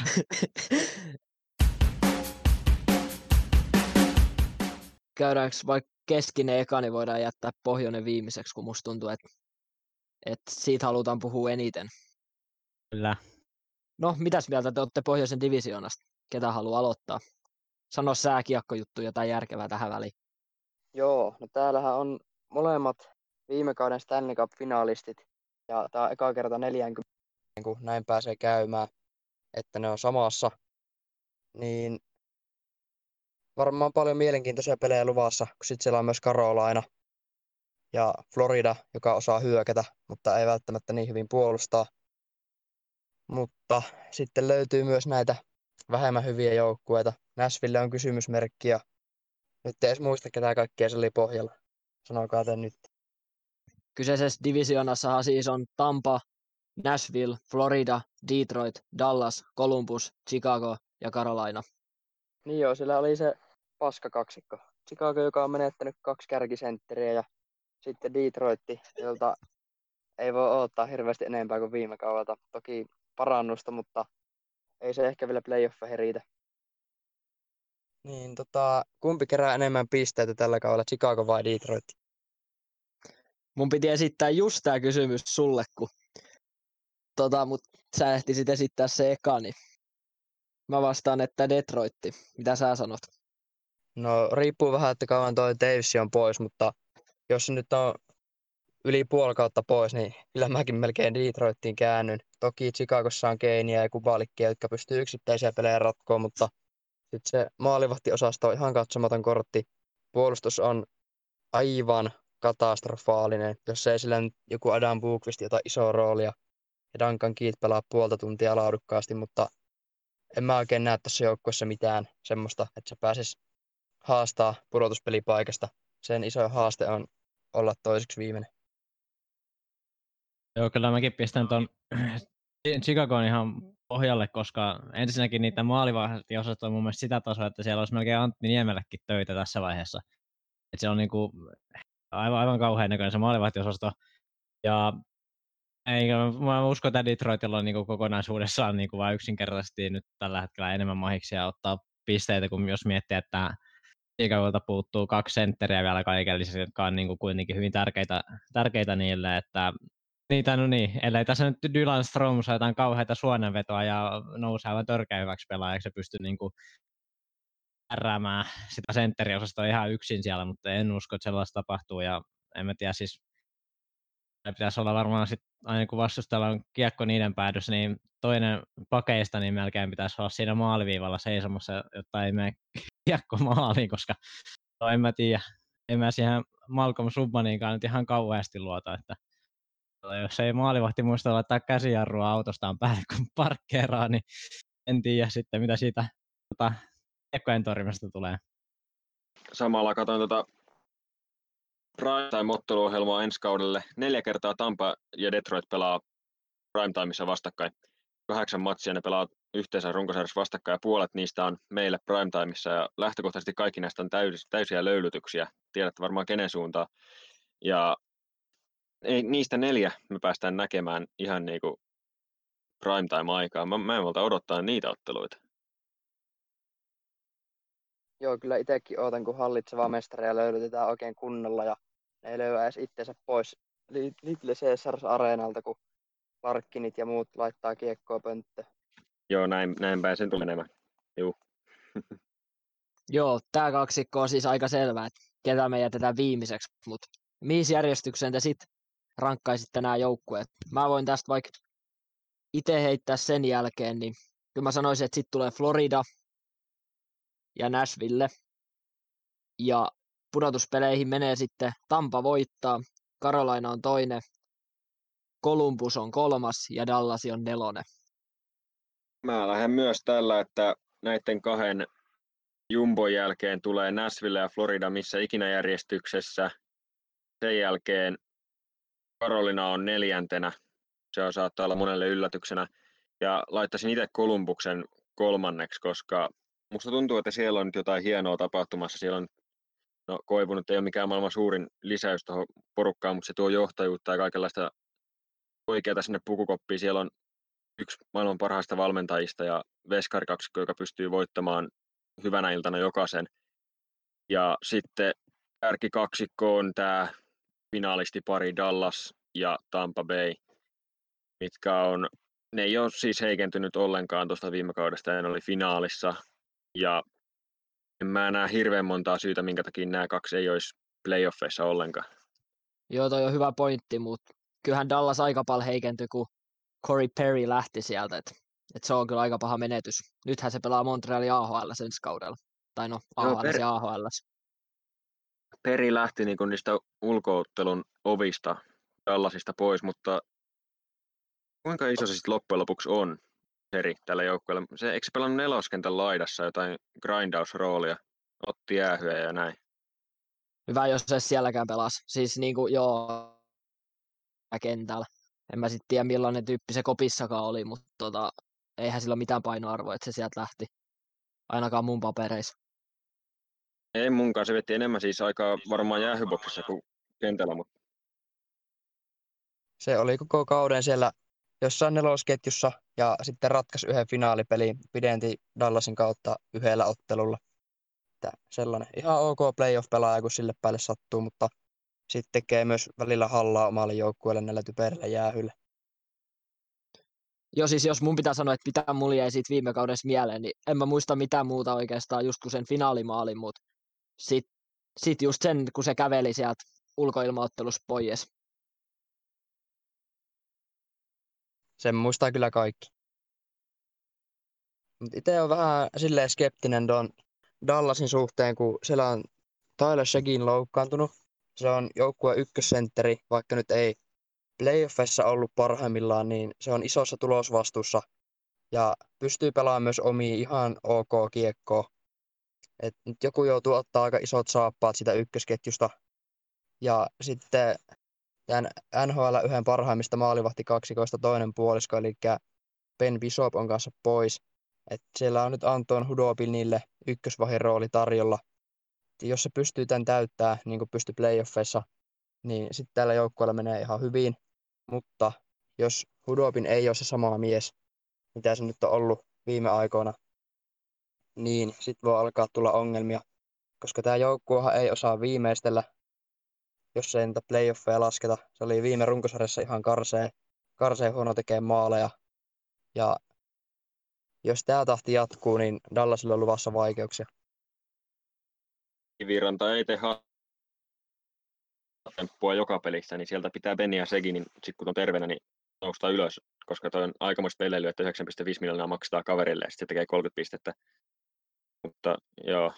S1: Käydäänkö vaikka keskinen eka, niin voidaan jättää pohjoinen viimeiseksi, kun musta tuntuu, että, että siitä halutaan puhua eniten.
S4: Kyllä.
S1: No, mitäs mieltä te olette pohjoisen divisioonasta? Ketä haluaa aloittaa? Sano sää kiekkojuttu jotain järkevää tähän väliin.
S3: Joo, no täällähän on molemmat viime kauden Stanley Cup-finaalistit. Ja tää on eka kerta neljäkymmentä, kun näin pääsee käymään, että ne on samassa. Niin varmaan paljon mielenkiintoisia pelejä luvassa, kun sitten siellä on myös Carolina ja Florida, joka osaa hyökätä, mutta ei välttämättä niin hyvin puolustaa. Mutta sitten löytyy myös näitä vähemmän hyviä joukkueita. Nashville on kysymysmerkki ja nyt ei edes muista, ketä kaikkia se oli pohjalla. Sanokaa te nyt.
S1: Kyseisessä divisioonassahan siis on Tampa, Nashville, Florida, Detroit, Dallas, Columbus, Chicago ja Carolina.
S3: Niin joo, sillä oli se paskakaksikko. Chicago, joka on menettänyt kaksi kärkisentteriä ja sitten Detroit, jolta ei voi odottaa hirveästi enempää kuin viime kaudelta. Toki parannusta, mutta ei se ehkä vielä playoffeihin riitä. Niin tota, kumpi kerää enemmän pisteitä tällä kaudella, Chicago vai Detroit?
S1: Mun piti esittää just tää kysymys sulle, kun tota, mut sä ehtisit esittää se eka, niin mä vastaan, että Detroitti. Mitä sä sanot?
S3: No riippuu vähän, että kauan toi Davis on pois, mutta jos se nyt on yli puoli kautta pois, niin kyllä mäkin melkein Detroittiin käännyn. Toki Chicagossa on Keiniä ja Kubalikkia, jotka pystyy yksittäisiä pelejä ratkoon, mutta sitten se maalivahtiosasto on ihan katsomaton kortti. Puolustus on aivan katastrofaalinen, jos ei sillä nyt joku Adam Bookvist ota isoa roolia. Ja Duncan Keith pelaa puolta tuntia laadukkaasti, mutta en mä oikein näe tässä joukkueessa mitään semmoista, että se pääsisi haastaa pudotuspelipaikasta. Sen iso haaste on olla toiseksi viimeinen.
S4: Joo, kyllä mäkin pistän ton Chicagon ihan pohjalle, koska ensinnäkin niitä maalivahtiosasto on mun mielestä sitä tasoa, että siellä olisi melkein Antti Niemellekin töitä tässä vaiheessa. Et se on niinku aivan, aivan kauhean näköinen se maalivahtiosasto. Ja eikä, mä uskon, että Detroitilla on niinku kokonaisuudessaan niinku vain yksinkertaisesti nyt tällä hetkellä enemmän mahiksia ottaa pisteitä, kuin jos miettii, että Chicagolta puuttuu kaksi sentteriä vielä kaiken lisäksi, jotka on niinku kuitenkin hyvin tärkeitä, tärkeitä niille, että niitä no niin, ellei tässä nyt Dylan Strome saa jotain kauheita suonenvetoa ja nousee aivan törkeä hyväksi pelaajaksi se pystyy niinku ärräämään sitä sentteriosastoa ihan yksin siellä, mutta en usko, että sellaista tapahtuu ja en mä tiedä siis pitäisi olla varmaan sit aina kun vastustella on kiekko niiden päädyssä, niin toinen pakeista niin melkein pitäisi olla siinä maaliviivalla seisomassa, jotta ei mene kiekko maaliin, koska no en mä tiedä, en mä siihen Malcolm Submaniinkaan nyt ihan kauheasti luota, että jos ei maalivahti muista laittaa käsijarrua autostaan päälle kun parkkeeraa, niin en tiedä sitten mitä siitä tota, kiekkojen torjumasta tulee.
S2: Samalla katsoin tuota primetime-otteluohjelmaa ensi kaudelle. Neljä kertaa Tampa ja Detroit pelaa primetimeissa vastakkain. Kahdeksan matsia ne pelaa yhteensä runkosarjassa vastakkain ja puolet niistä on meille primetimeissa ja lähtökohtaisesti kaikki näistä on täys, täysiä löylytyksiä. Tiedätte varmaan kenen suuntaan. Ja ei, niistä neljä me päästään näkemään ihan niinku primetime-aikaa. Mä, mä en valta odottaa niitä otteluita.
S3: Joo, kyllä itsekin ootan, kun hallitsevaa mestaria löydytetään oikein kunnolla ja ne ei löyä edes itsensä pois Little Caesars Areenalta, kun Larkkinit ja muut laittaa kiekkoa pönttöön.
S2: Joo, näin, näin päin sen tulee enemmän. Juu.
S1: Joo, tää kaksikko on siis aika selvää, että ketä me jätetään viimeiseksi, mutta mihin järjestykseen te sitten rankkaisitte nämä joukkueet? Mä voin tästä vaikka itse heittää sen jälkeen, niin kyllä mä sanoisin, että sitten tulee Florida ja Nashville. Ja pudotuspeleihin menee sitten Tampa voittaa, Carolina on toinen, Columbus on kolmas ja Dallas on nelonen.
S2: Mä lähden myös tällä, että näiden kahden jumbon jälkeen tulee Nashville ja Florida missä ikinä järjestyksessä. Sen jälkeen Carolina on neljäntenä. Se saattaa olla monelle yllätyksenä. Ja laittaisin itse Columbuksen kolmanneksi, koska musta tuntuu, että siellä on nyt jotain hienoa tapahtumassa. Siellä on no, Koivunut ei ole mikään maailman suurin lisäys tuohon porukkaan, mutta se tuo johtajuutta ja kaikenlaista oikeata sinne pukukoppiin. Siellä on yksi maailman parhaista valmentajista ja veskarikaksikko, joka pystyy voittamaan hyvänä iltana jokaisen. Ja sitten kärkikaksikko on tämä finaalistipari Dallas ja Tampa Bay, mitkä on, ne ei ole siis heikentynyt ollenkaan tuosta viime kaudesta, ja ne oli finaalissa. Ja en mä näe hirveän montaa syytä, minkä takia nämä kaksi ei olisi playoffeissa ollenkaan.
S1: Joo, toi on hyvä pointti, mutta kyllähän Dallas aika paljon heikentyi, kun Corey Perry lähti sieltä, että et se on kyllä aika paha menetys. Nythän se pelaa Montrealin A H L ensi kaudella. Tai no, A H L per... ja A H L.
S2: Perry lähti niinku niistä ulkoottelun ovista Dallasista pois, mutta kuinka iso se sitten loppujen lopuksi on Perry tällä joukkueella? Se, eikö se pelannut neloskentän laidassa jotain grindausroolia, otti jäähyä ja näin?
S1: Hyvä, jos se sielläkään pelasi. Siis niinku joo, kentällä. En mä sitten tiedä millainen tyyppi se kopissakaan oli, mutta tota, eihän sillä ole mitään painoarvoa, että se sieltä lähti. Ainakaan mun papereissa.
S2: Ei munkaan, se vetti enemmän siis aikaa varmaan jäähyboksissa kuin kentällä. Mutta...
S3: Se oli koko kauden siellä jossain nelosketjussa ja sitten ratkaisi yhden finaalipelin, pidenti Dallasin kautta yhdellä ottelulla. Että sellainen ihan ok playoff-pelaaja, kun sille päälle sattuu, mutta sitten tekee myös välillä hallaa omalle joukkueelle näillä typerillä jäähyillä.
S1: Joo, siis jos mun pitää sanoa, että mitä mulla jäi siitä viime kaudessa mieleen, niin en mä muista mitään muuta oikeastaan just kuin sen finaalimaalin, mutta sitten sit just sen, kun se käveli sieltä ulkoilmaottelussa pois.
S3: Sen muistaa kyllä kaikki. Itse on vähän silleen skeptinen tuon Dallasin suhteen, kun siellä on Tyler Seguin loukkaantunut. Se on joukkueen ykkössentteri, vaikka nyt ei playoffissa ollut parhaimmillaan, niin se on isossa tulosvastuussa ja pystyy pelaamaan myös omia ihan ok kiekkoa. Et nyt joku joutuu ottaa aika isot saappaat sitä ykkösketjusta. Ja sitten tämän N H L yhden parhaimmista maalivahtikaksikoista toinen puolisko, eli Ben Bishop on kanssa pois. Et siellä on nyt Anton Hudobin niille ykkösvahin rooli tarjolla. Et jos se pystyy tämän täyttää, niin kuin pystyy playoffeissa, niin sitten tällä joukkueella menee ihan hyvin. Mutta jos Hudobin ei ole se sama mies, mitä se nyt on ollut viime aikoina, niin sitten voi alkaa tulla ongelmia. Koska tämä joukkuehan ei osaa viimeistellä, jos ei niitä playoffeja lasketa. Se oli viime runkosarjassa ihan karsee, karsee huono tekee maaleja. Ja jos tämä tahti jatkuu, niin Dallasilla on luvassa vaikeuksia.
S2: Kiviranta ei tee temppua joka pelissä, niin sieltä pitää Benny ja Segi, niin sit kun on terveenä, niin nousta ylös, koska toi on aikamoista veleilyä, että yhdeksän pilkku viisi miljoonaa maksetaan kaverille ja sitten se tekee kolmekymmentä pistettä. Mutta joo.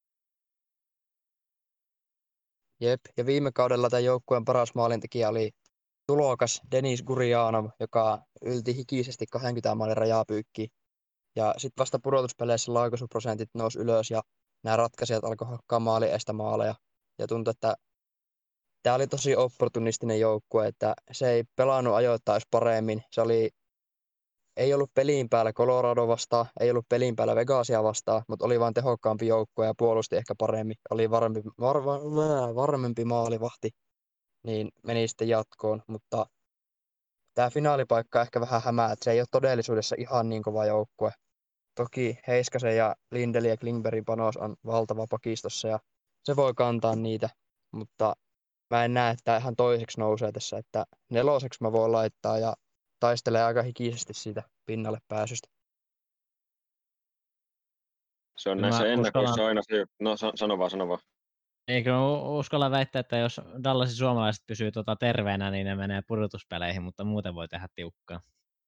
S3: Jep, ja viime kaudella tämän joukkueen paras maalintekijä oli tulokas Denis Gurianov, joka ylti hikisesti kaksikymmentä maalin rajaa pyykkiin. Ja sitten vasta pudotuspeleissä laukaisuprosentit nousi ylös ja nämä ratkaisijat alkoi hakkaa maali estä maaleja. Ja tuntui, että tämä oli tosi opportunistinen joukkue, että se ei pelannut ajoittain paremmin. Se oli, ei ollut pelin päällä Colorado vastaan, ei ollut pelin päällä Vegasia vastaan, mutta oli vain tehokkaampi joukkue ja puolusti ehkä paremmin. Oli varmempi, var, var, varmempi maalivahti, niin meni sitten jatkoon, mutta tämä finaalipaikka ehkä vähän hämää, että se ei ole todellisuudessa ihan niin kova joukkue. Toki Heiskasen ja Lindeli ja Klingbergin panos on valtava pakistossa ja se voi kantaa niitä, mutta mä en näe, että ihan toiseksi nousee tässä, että neloseksi mä voin laittaa ja taistelee aika hikisesti siitä pinnalle pääsystä.
S2: Se on
S4: Kyllä
S2: näissä
S4: mä
S2: ennakoissa
S4: uskallan-
S2: aina se, no sa- sano vaan, sano vaan.
S4: Eikö uskalla väittää, että jos Dallasin suomalaiset pysyy tota terveenä, niin ne menee pudotuspeleihin, mutta muuten voi tehdä tiukkaa.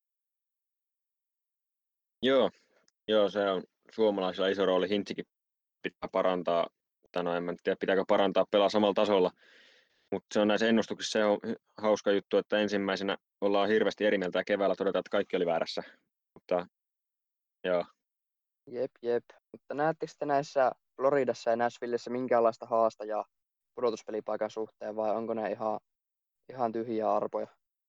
S2: Joo, joo, se on suomalaisilla iso rooli. Hintsikin pitää parantaa, tai no en mä nyt tiedä, pitääkö parantaa pelaa samalla tasolla. Mutta se on näissä ennustuksissa se on hauska juttu, että ensimmäisenä ollaan hirveästi eri mieltä ja keväällä todetaan, että kaikki oli väärässä. Mutta joo,
S3: Jep, jep. Mutta näettekö te näissä Floridassa ja Nashvillessä minkäänlaista haastajaa pudotuspelipaikan suhteen vai onko ne ihan, ihan tyhjiä arpoja?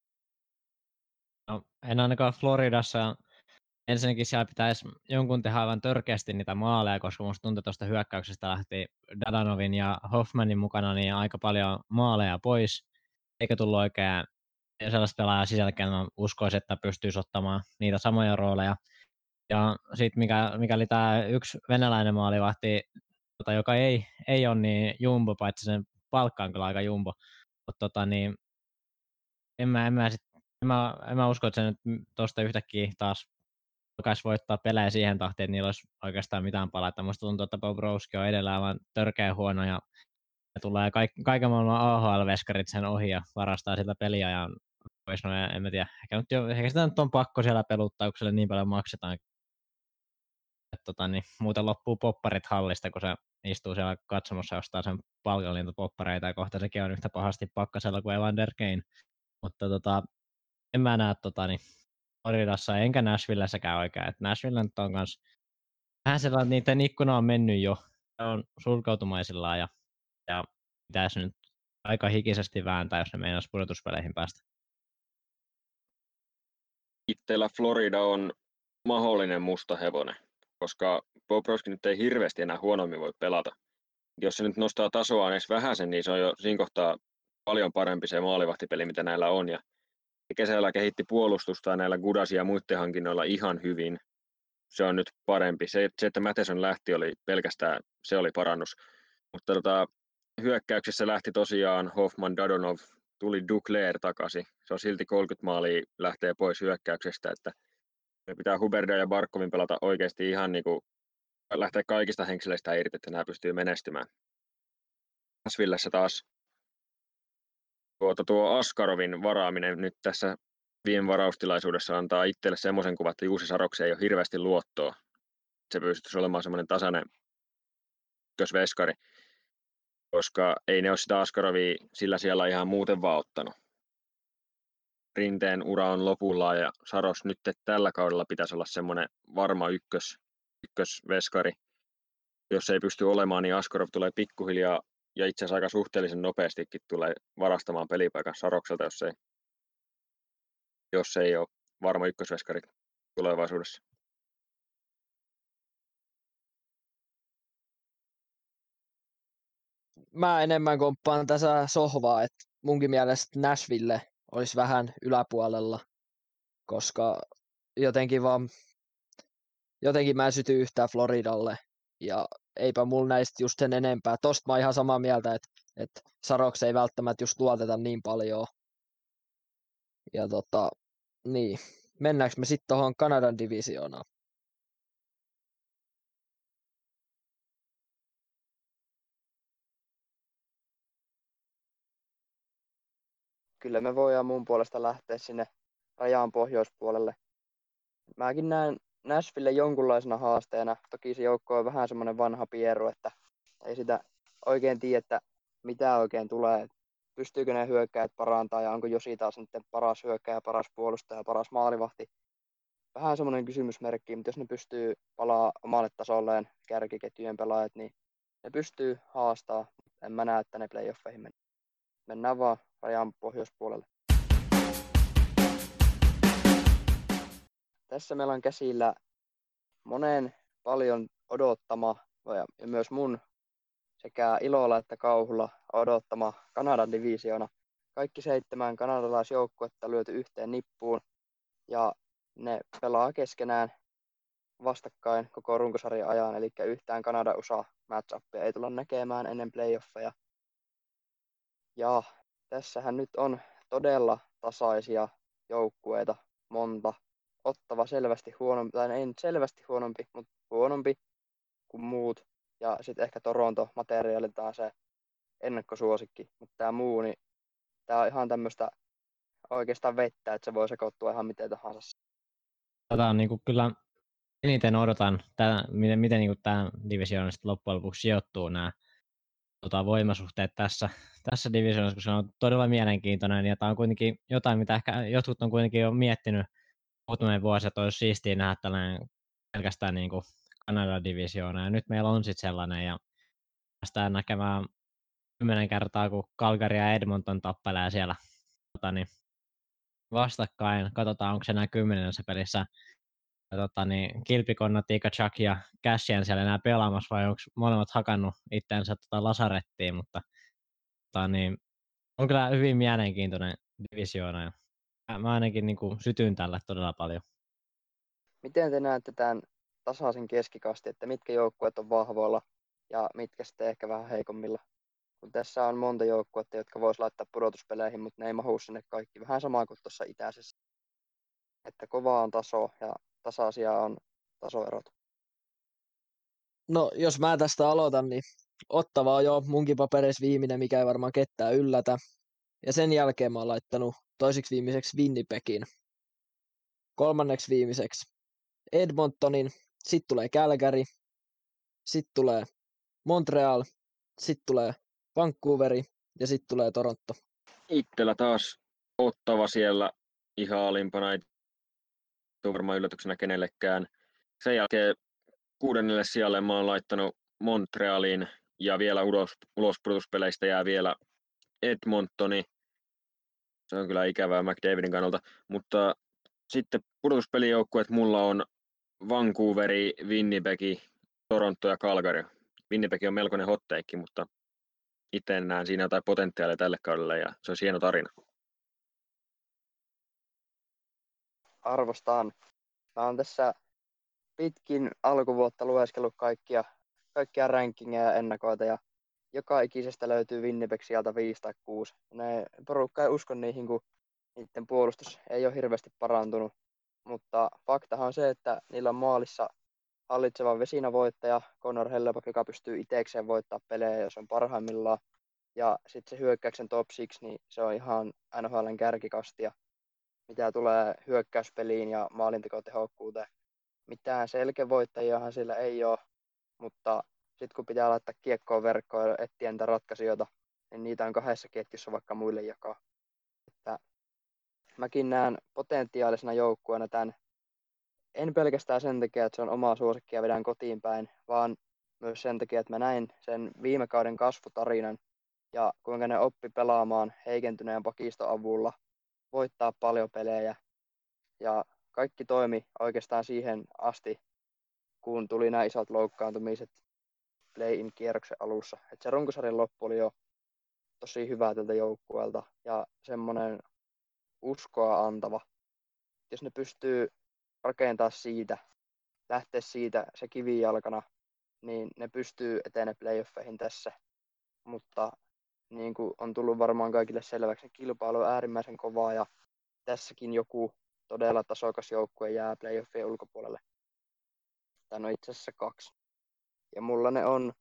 S4: No, en ainakaan Floridassa. Ensinnäkin siellä pitäisi jonkun tehdä aivan törkeästi niitä maaleja, koska musta tuntuu, että tuosta hyökkäyksestä lähti Dadanovin ja Hoffmanin mukana niin aika paljon maaleja pois, eikä tullut oikein sellaista pelaajaa sisälläkään, mä uskoisin, että pystyisi ottamaan niitä samoja rooleja. Ja sitten mikä, mikäli tämä yksi venäläinen maalivahti, tota, joka ei, ei ole niin jumbo, paitsi sen palkka on kyllä aika jumbo, mutta tota, niin, en, mä, en, mä sit, en, mä, en mä usko, että se nyt tuosta yhtäkkiä taas alkaisi voittaa pelejä siihen tahtiin, että niillä olisi oikeastaan mitään palata. Musta tuntuu, että Bobrovski on edelleen aivan törkeä huono ja tulee kaik, kaiken maailman A H L-veskarit sen ohi ja varastaa sitä peliä. Ja pois, no, en mä tiedä, ehkä, nyt jo, ehkä sitä nyt on pakko siellä peluttaa, kun sille niin paljon maksetaan. Et, tota, niin, muuten loppuu popparit hallista, kun se istuu siellä katsomossa ja ostaa sen palkallinta poppareita ja kohta sekin on yhtä pahasti pakkasella kuin Evander Kane. Mutta tota, en mä näe tota, niin, Floridassa enkä Nashvillessäkään oikein. Et Nashville nyt on kans vähän sellainen, että niiden ikkuna on mennyt jo. Se on sulkeutumaisillaan ja, ja pitäisi nyt aika hikisesti vääntää, jos ne meinais pudotuspeleihin päästä.
S2: itsellä Florida on mahdollinen musta hevonen, koska Bobrovski nyt ei hirveästi enää huonommin voi pelata. Jos se nyt nostaa tasoaan edes vähäsen, niin se on jo siinä kohtaa paljon parempi se maalivahtipeli, mitä näillä on. Ja kesällä kehitti puolustusta näillä Gudasia ja muiden hankinnoilla ihan hyvin. Se on nyt parempi. Se, se että Matheson lähti, oli pelkästään, se oli parannus. Mutta tota, hyökkäyksessä lähti tosiaan Hoffman, Dadonov, tuli Duclair takaisin. Se on silti kolmekymmentä maalia lähtee pois hyökkäyksestä, että me pitää Huberdeau ja Barkovin pelata oikeasti ihan niin kuin lähteä kaikista henkseleistä irti, että nämä pystyy menestymään. Nashvillessä taas tuota, tuo Askarovin varaaminen nyt tässä viime varaustilaisuudessa antaa itselle semmoisen kuvan, että Juusi Sarokseen ei ole hirveästi luottoa. Se pystyisi olemaan semmoinen tasainen ykkösveskari, koska ei ne ole sitä Askarovia sillä siellä ihan muuten vaan ottanut. Rinteen ura on lopullaan ja Saros nyt tällä kaudella pitäisi olla semmoinen varma ykkös, ykkösveskari. Jos ei pysty olemaan, niin Askarov tulee pikkuhiljaa ja itse asiassa aika suhteellisen nopeastikin tulee varastamaan pelipaikan Sarokselta, jos ei, jos ei ole varma ykkösveskari tulevaisuudessa.
S1: Mä enemmän komppaan tässä sohvaa, että munkin mielestä Nashville olisi vähän yläpuolella, koska jotenkin vaan jotenkin mä en syty yhtään Floridalle ja eipä mulla näistä just sen enempää. Tosta mä oon ihan samaa mieltä, että, että Saroks ei välttämättä just luoteta niin paljon. Ja tota, niin. Mennäänkö me sitten tuohon Kanadan divisioonaan?
S3: Kyllä me voidaan mun puolesta lähteä sinne rajan pohjoispuolelle. Mäkin näen Nashville jonkunlaisena haasteena. Toki se joukko on vähän semmoinen vanha pieru, että ei sitä oikein tiedä, että mitä oikein tulee. Pystyykö ne hyökkäjät parantaa ja onko Josi taas sitten paras hyökkäjä, paras puolustaja, paras maalivahti. Vähän semmoinen kysymysmerkki, mutta jos ne pystyy palaa omalle tasolleen kärkiketjujen pelaajat, niin ne pystyy haastaa. En mä näe, että ne playoffeihin menee. mennään vaan rajan pohjoispuolelle. Tässä meillä on käsillä monen paljon odottama ja myös mun sekä ilolla että kauhulla odottama Kanadan divisioona. Kaikki seitsemän kanadalaisjoukkuetta lyöty yhteen nippuun ja ne pelaa keskenään vastakkain koko runkosarjan ajan, eli yhtään Kanada-U S A match-upia ei tulla näkemään ennen playoffeja. Ja tässähän nyt on todella tasaisia joukkueita, monta. Ottava selvästi huonompi, tai ei nyt selvästi huonompi, mutta huonompi kuin muut. Ja sitten ehkä Toronto materiaaliltaan se ennakkosuosikki, mutta tämä muu, niin tämä on ihan tämmöistä oikeastaan vettä, että se voi sekoittua ihan miten tahansa.
S4: Tätä on niinku kyllä eniten odotan, tää, miten, miten niinku tämä divisioona sitten loppujen lopuksi sijoittuu nämä tota, voimasuhteet tässä, tässä divisioonassa, kun se on todella mielenkiintoinen ja tämä on kuitenkin jotain, mitä ehkä jotkut on kuitenkin jo miettinyt muutamia vuosia, että olisi siistiä nähdä tällainen pelkästään niinku Kanada-divisioona ja nyt meillä on sitten sellainen ja päästään näkemään kymmenen kertaa, kun Calgary ja Edmonton tappelee siellä tota, niin, vastakkain. Katsotaan, onko se enää kymmenennessä pelissä ja, tota, niin, Kilpikonna, Tikachak ja Cashian siellä enää pelaamassa vai onko molemmat hakannut itseänsä tota, lasarettiin, mutta tota, niin, on kyllä hyvin mielenkiintoinen divisioona ja mä ainakin niin kuin, sytyn tällä todella paljon.
S3: Miten te näette tämän tasaisen keskikasti, että mitkä joukkueet on vahvoilla ja mitkä sitten ehkä vähän heikommilla? Kun tässä on monta joukkuetta, jotka vois laittaa pudotuspeleihin, mutta ne ei mahu sinne kaikki. Vähän sama kuin tuossa itäisessä. Että kova on taso ja tasaisia on tasoerot.
S1: No, jos mä tästä aloitan, niin Ottava on jo munkin papereissa viimeinen, mikä ei varmaan ketään yllätä. Ja sen jälkeen mä oon laittanut toisiksi viimeiseksi Winnipegin. Kolmanneksi viimeiseksi Edmontonin, sitten tulee Calgary, sitten tulee Montreal, sitten tulee Vancouveri ja sitten tulee Toronto.
S2: Itsellä taas Ottava siellä ihan alimpana, ei tule varmaan yllätyksenä kenellekään. Sen jälkeen kuudennelle sijalle mä oon laittanut Montrealin ja vielä ulos, ulos pudotuspeleistä jää vielä Edmontoni. Se on kyllä ikävää McDavidin kannalta, mutta sitten pudotuspelijoukkueet mulla on Vancouveri, Winnipeg, Toronto ja Calgary. Winnipeg on melkoinen hotteikki, mutta itse näen siinä jotain potentiaalia tälle kaudelle ja se on hieno tarina.
S3: Arvostan. Mä oon tässä pitkin alkuvuotta lueskellut kaikkia, kaikkia rankingeja ja ennakoita ja joka ikisestä löytyy Winnipeg sieltä viisi tai kuusi. Ne porukka ei usko niihin, kun niiden puolustus ei ole hirveästi parantunut. Mutta faktahan on se, että niillä on maalissa hallitseva vesinävoittaja Connor Hellebuyck, joka pystyy itsekseen voittaa pelejä, jos on parhaimmillaan. Ja sitten se hyökkäyksen top six, niin se on ihan N H L:n kärkikastia, mitä tulee hyökkäyspeliin ja maalintekotehokkuuteen. Mitään selkevoittajiahan sillä ei ole, mutta sitten kun pitää laittaa kiekkoon verkkoon ja etsiä niitä ratkaisijoita, niin niitä on kahdessa ketjussa vaikka muille jakaa. Että mäkin näen potentiaalisena joukkueena tämän, en pelkästään sen takia, että se on omaa suosikkia ja vedän kotiin päin, vaan myös sen takia, että mä näin sen viime kauden kasvutarinan ja kuinka ne oppi pelaamaan heikentyneen pakiston avulla, voittaa paljon pelejä ja kaikki toimi oikeastaan siihen asti, kun tuli nämä isot loukkaantumiset play-in kierroksen alussa. Et se runkosarjan loppu oli jo tosi hyvä tältä joukkueelta ja semmoinen uskoa antava. Jos ne pystyy rakentamaan siitä, lähteä siitä se kivijalkana, niin ne pystyy etenemään playoffeihin tässä. Mutta niin kuin on tullut varmaan kaikille selväksi, niin kilpailu on äärimmäisen kovaa ja tässäkin joku todella tasokas joukkue jää playoffien ulkopuolelle. Tai no itse asiassa kaksi. Ja mulla ne on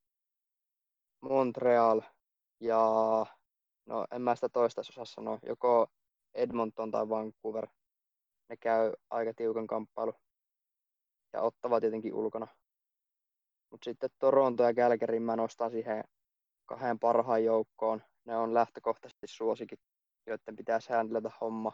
S3: Montreal ja no en mä sitä toista osaa sanoa, joko Edmonton tai Vancouver. Ne käy aika tiukan kamppailu. Ja Ottava tietenkin ulkona. Mutta sitten Toronto ja Calgary mä nostan siihen kahden parhaan joukkoon. Ne on lähtökohtaisesti suosikit, joiden pitää säännellä homma.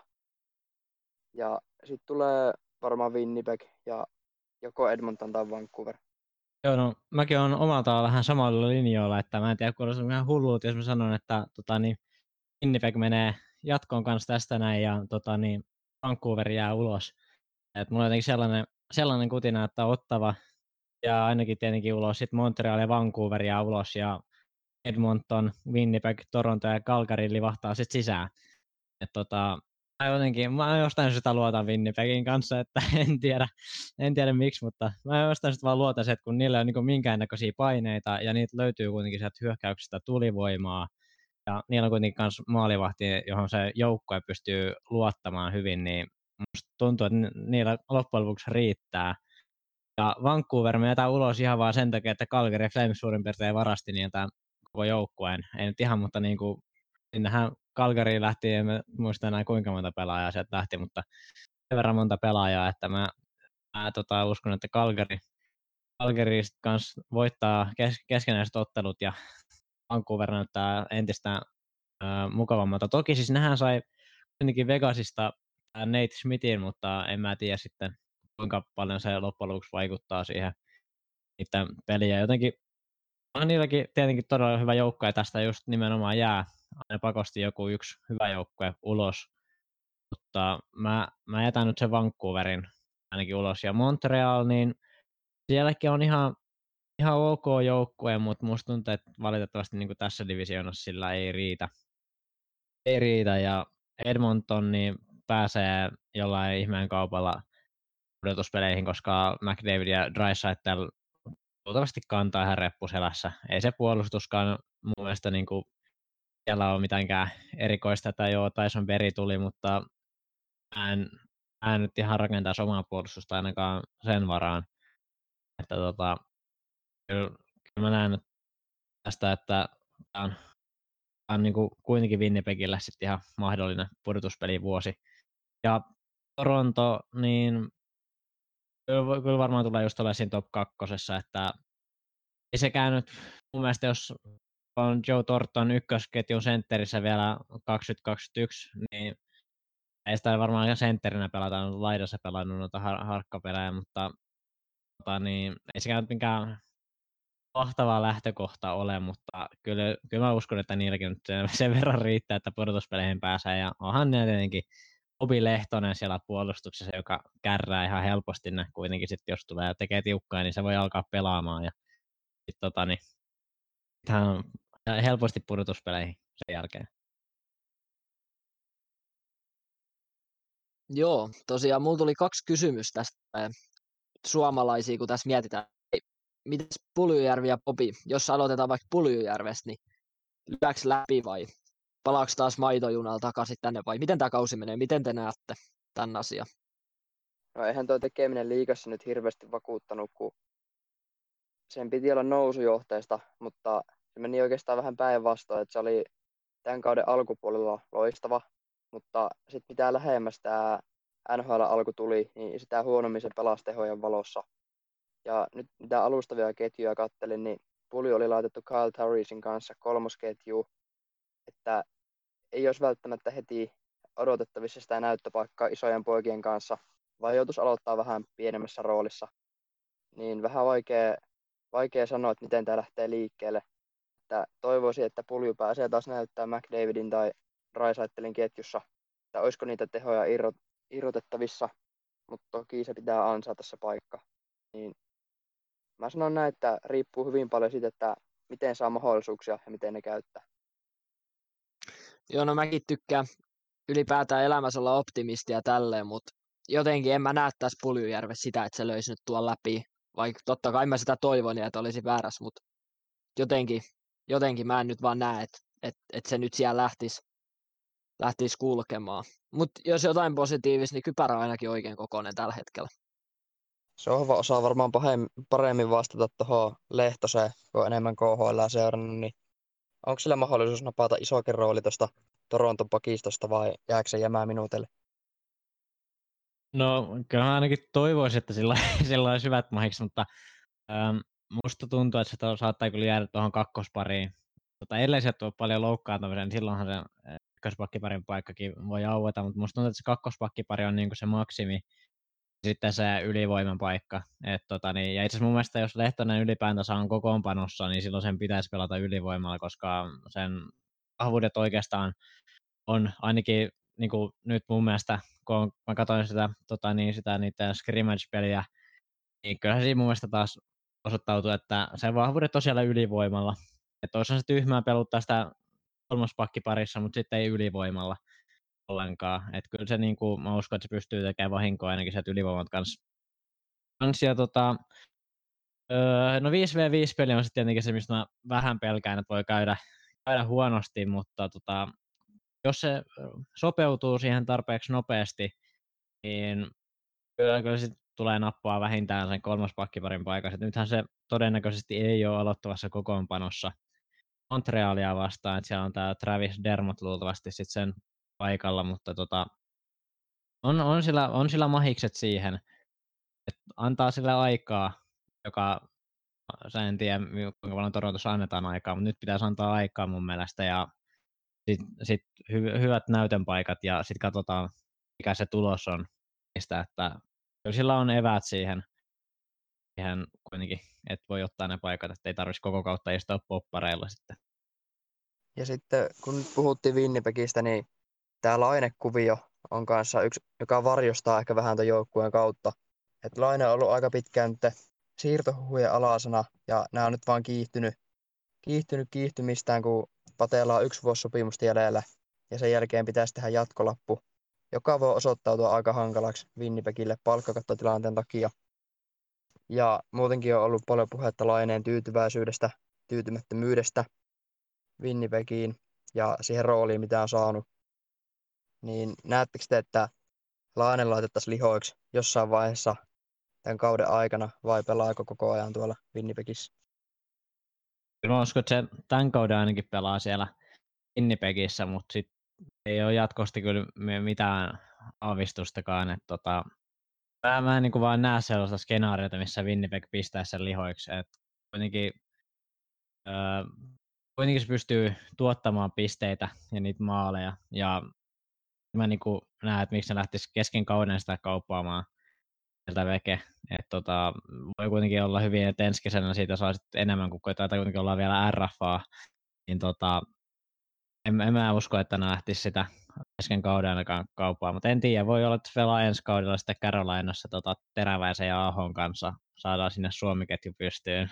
S3: Ja sitten tulee varmaan Winnipeg ja joko Edmonton tai Vancouver.
S4: Joo, no mäkin olen omalta vähän samalla linjoilla, että mä en tiedä, kun olisi ihan hulluut, jos mä sanon, että tota, niin, Winnipeg menee jatkoon kanssa tästä näin ja tota, niin Vancouver jää ulos. Et mulla on jotenkin sellainen, sellainen kutina, että Ottava ja ainakin tietenkin ulos, sitten Montreal ja Vancouver jää ulos ja Edmonton, Winnipeg, Toronto ja Calgary livahtaa sitten sisään. Et tota, mä jotenkin, mä jostain syystä luotan Winnipegin kanssa, että en tiedä, en tiedä miksi, mutta mä jostain syystä vaan luotan se, että kun niillä on niin minkäännäköisiä paineita ja niitä löytyy kuitenkin sieltä hyökkäyksestä tulivoimaa ja niillä on kuitenkin myös maalivahti, johon se joukkue pystyy luottamaan hyvin, niin musta tuntuu, että niillä loppujen lopuksi riittää. Ja Vancouver me jätään ulos ihan vaan sen takia, että Calgary Flames suurin piirtein varasti niiltä koko joukkueen. Ei nyt ihan, mutta niin kuin, sinnehän Calgary lähti, en muista enää kuinka monta pelaajaa sieltä lähti, mutta sen verran monta pelaajaa, että mä, mä tota, uskon, että Calgary, Calgary kanssa voittaa kes, keskenäiset ottelut ja Vancouver näyttää entistä äh, mukavammalta. Toki siis nehän sai kuitenkin Vegasista äh, Nate Smithin, mutta en mä tiedä sitten kuinka paljon se loppujen lopuksi vaikuttaa siihen niiden peliä. Jotenkin on niilläkin tietenkin todella hyvä joukkue ja tästä just nimenomaan jää aina pakosti joku yksi hyvä joukkue ulos. Mutta mä, mä jätän nyt sen Vancouverin ainakin ulos. Ja Montreal, niin sielläkin on ihan, ihan ok joukkue, mutta musta tuntuu, että valitettavasti niin kuin tässä divisioonassa sillä ei riitä. Ei riitä ja Edmonton niin pääsee jollain ihmeen kaupalla pudotuspeleihin, koska McDavid ja Draisaitl luultavasti kantaa ihan reppuselässä. Ei se puolustuskaan mun mielestä niin kuin siellä ole mitenkään erikoista, että joo, Tyson Berry tuli, mutta mä en, mä en nyt ihan rakentaisi omaa puolustusta ainakaan sen varaan. Että tota, kyllä, kyllä mä näen nyt tästä, että tämä on, tämä on niin kuin kuitenkin Winnipegillä sitten ihan mahdollinen pudotuspelivuosi. Ja Toronto, niin kyllä, kyllä varmaan tulee just olemaan siinä top kakkosessa, että ei sekään nyt mun mielestä, jos on Joe Thornton ykkösketjun sentterissä vielä kaksituhattakaksikymmentäyksi, niin ei sitä varmaan ihan sentterinä pelata, laidassa pelannut noita har- harkkapelejä, mutta tota, niin, ei sekään nyt mikään mahtava lähtökohta ole, mutta kyllä, kyllä mä uskon, että niilläkin nyt sen, sen verran riittää, että pudotuspeleihin pääsee, ja onhan ne tietenkin Obi Lehtonen siellä puolustuksessa, joka kärrää ihan helposti ne kuitenkin sitten, jos tulee ja tekee tiukkaa, niin se voi alkaa pelaamaan, ja sit, tota, niin, hän on helposti pudotuspeleihin sen jälkeen.
S1: Joo, tosiaan mulla tuli kaksi kysymystä tästä eh, suomalaisia, kun tässä mietitään. Mites Puljujärvi ja Popi, jos aloitetaan vaikka Puljujärvestä, niin lyöks läpi vai palaako taas maitojunalla takaisin tänne vai miten tämä kausi menee? Miten te näette tämän asian?
S3: No eihän tuo tekeminen liigassa nyt hirveästi vakuuttanut, kun sen piti olla nousujohteista, mutta se meni oikeastaan vähän päinvastoin, että se oli tämän kauden alkupuolella loistava, mutta sitten mitä lähemmäs tämä N H L-alku tuli, niin sitä huonommin se pelasi tehojen valossa. Ja nyt mitä alustavia ketjuja kattelin, niin Pulju oli laitettu Kyle Turrisin kanssa kolmosketjuun, että ei olisi välttämättä heti odotettavissa sitä näyttöpaikkaa isojen poikien kanssa, vaan joutuisi aloittaa vähän pienemmässä roolissa. Niin vähän vaikea, vaikea sanoa, että miten tämä lähtee liikkeelle. Että toivoisin, että Pulju pääsee taas näyttää McDavidin tai Draisaitlin ketjussa, että olisiko niitä tehoja irrot, irrotettavissa, mutta toki se pitää ansaita se paikka. Niin mä sanon näin, että riippuu hyvin paljon siitä, että miten saa mahdollisuuksia ja miten ne käyttää.
S1: Joo, no mäkin tykkään ylipäätään elämässä olla optimisti ja tälleen, mutta jotenkin en mä näe tässä Puljujärvessä sitä, että se löisi nyt tuon läpi. Vaikka totta kai mä sitä toivon ja että olisi väärässä, mutta jotenkin, jotenkin mä en nyt vaan näe, että, että, että se nyt siellä lähtisi, lähtisi kulkemaan. Mutta jos jotain positiivista, niin kypärä on ainakin oikein kokoinen tällä hetkellä.
S3: Sohva osaa varmaan paremmin vastata tuohon Lehtoseen, kun on enemmän K H L seurannut, niin onko sillä mahdollisuus napata isokin rooli tuosta Toronton pakistosta vai jääkö se jäämään minuutille?
S4: No kyllä mä ainakin toivoisin, että sillä, sillä olisi hyvät mahiksi, mutta ähm, musta tuntuu, että se to, saattaa kyllä jäädä tuohon kakkospariin. Tota, ellei sieltä ole paljon loukkaantumisia, niin silloinhan se ykköspakkiparin paikkakin voi aueta, mutta musta tuntuu, että se kakkospakkipari on niinku se maksimi. Sitten se ylivoiman paikka. Et tota, niin, ja itse asiassa mun mielestä, jos Lehtonen ylipäätänsä on kokoonpanossa, niin silloin sen pitäisi pelata ylivoimalla, koska sen vahvuudet oikeastaan on ainakin niin kuin nyt mun mielestä, kun on, mä katsoin sitä, tota, niin, sitä niiden scrimmage-peliä, niin kyllä se siinä mun mielestä taas osoittautuu, että se vahvuudet on siellä ylivoimalla. Että olisihan se tyhmää peluttaa sitä kolmospakkiparissa, mutta sitten ei ylivoimalla ollenkaan. Että kyllä se, niin kuin, mä uskon, että se pystyy tekemään vahinkoa ainakin sieltä ylivoimat kanssa. Ja, tota, öö, no viisi vastaan viisi peli on sitten tietenkin se, mistä mä vähän pelkään, että voi käydä, käydä huonosti, mutta tota, jos se sopeutuu siihen tarpeeksi nopeasti, niin kyllä, kyllä sit tulee nappaa vähintään sen kolmospakkiparin paikassa. Nythän se todennäköisesti ei ole aloittavassa kokoonpanossa Montrealia vastaan, että siellä on tämä Travis Dermott luultavasti sit sen paikalla, mutta tota, on, on, sillä, on sillä mahikset siihen, että antaa sille aikaa, joka sä en tiedä kuinka paljon Torontossa annetaan aikaa, mutta nyt pitäisi antaa aikaa mun mielestä ja sitten sit hy, hyvät näytön paikat ja sitten katsotaan mikä se tulos on niistä, että kyllä sillä on eväät siihen, siihen kuitenkin, että voi ottaa ne paikat, että ei tarvitsisi koko kautta istua poppareilla sitten.
S3: Ja sitten kun nyt puhuttiin Winnipegistä, niin tämä Laine-kuvio on kanssa yksi, joka varjostaa ehkä vähän tuon joukkueen kautta. Et Laine on ollut aika pitkään nyt siirtohuhujen alasena ja nämä on nyt vaan kiihtynyt, kiihtynyt kiihtymistään, kun Patella on yksi vuosi sopimusta jäljellä ja sen jälkeen pitäisi tehdä jatkolappu, joka voi osoittautua aika hankalaksi Winnipegille palkkakattotilanteen takia. Ja muutenkin on ollut paljon puhetta Laineen tyytyväisyydestä, tyytymättömyydestä Winnipegiin ja siihen rooliin, mitä on saanut. Niin näettekö te, että Laine laitettaisiin lihoiksi jossain vaiheessa tämän kauden aikana vai pelaako koko ajan tuolla Winnipegissä?
S4: Kyllä mä uskon, että se tämän kauden ainakin pelaa siellä Winnipegissä, mutta sit ei ole jatkosti kyllä mitään aavistustakaan. Että tota, mä, mä en niin vaan näe sellaista skenaariota, missä Winnipeg pistää sen lihoiksi. Et kuitenkin, öö, kuitenkin se pystyy tuottamaan pisteitä ja niitä maaleja. Ja mä niin näen, että miksi ne lähtisi kesken kauden sitä kauppaamaan sieltä veke. Et tota, voi kuitenkin olla hyvin, että ensi kesänä siitä saa enemmän, kun koetaan, että kuitenkin ollaan vielä R F A. Niin tota, en, en mä usko, että ne lähtisi sitä kesken kauden ainakaan kauppaa, mutta en tiedä, voi olla, että pelaa ensi kaudella sitten Carolinassa tota, Teräväisen ja Ahon kanssa, saadaan sinne Suomi-ketju pystyyn.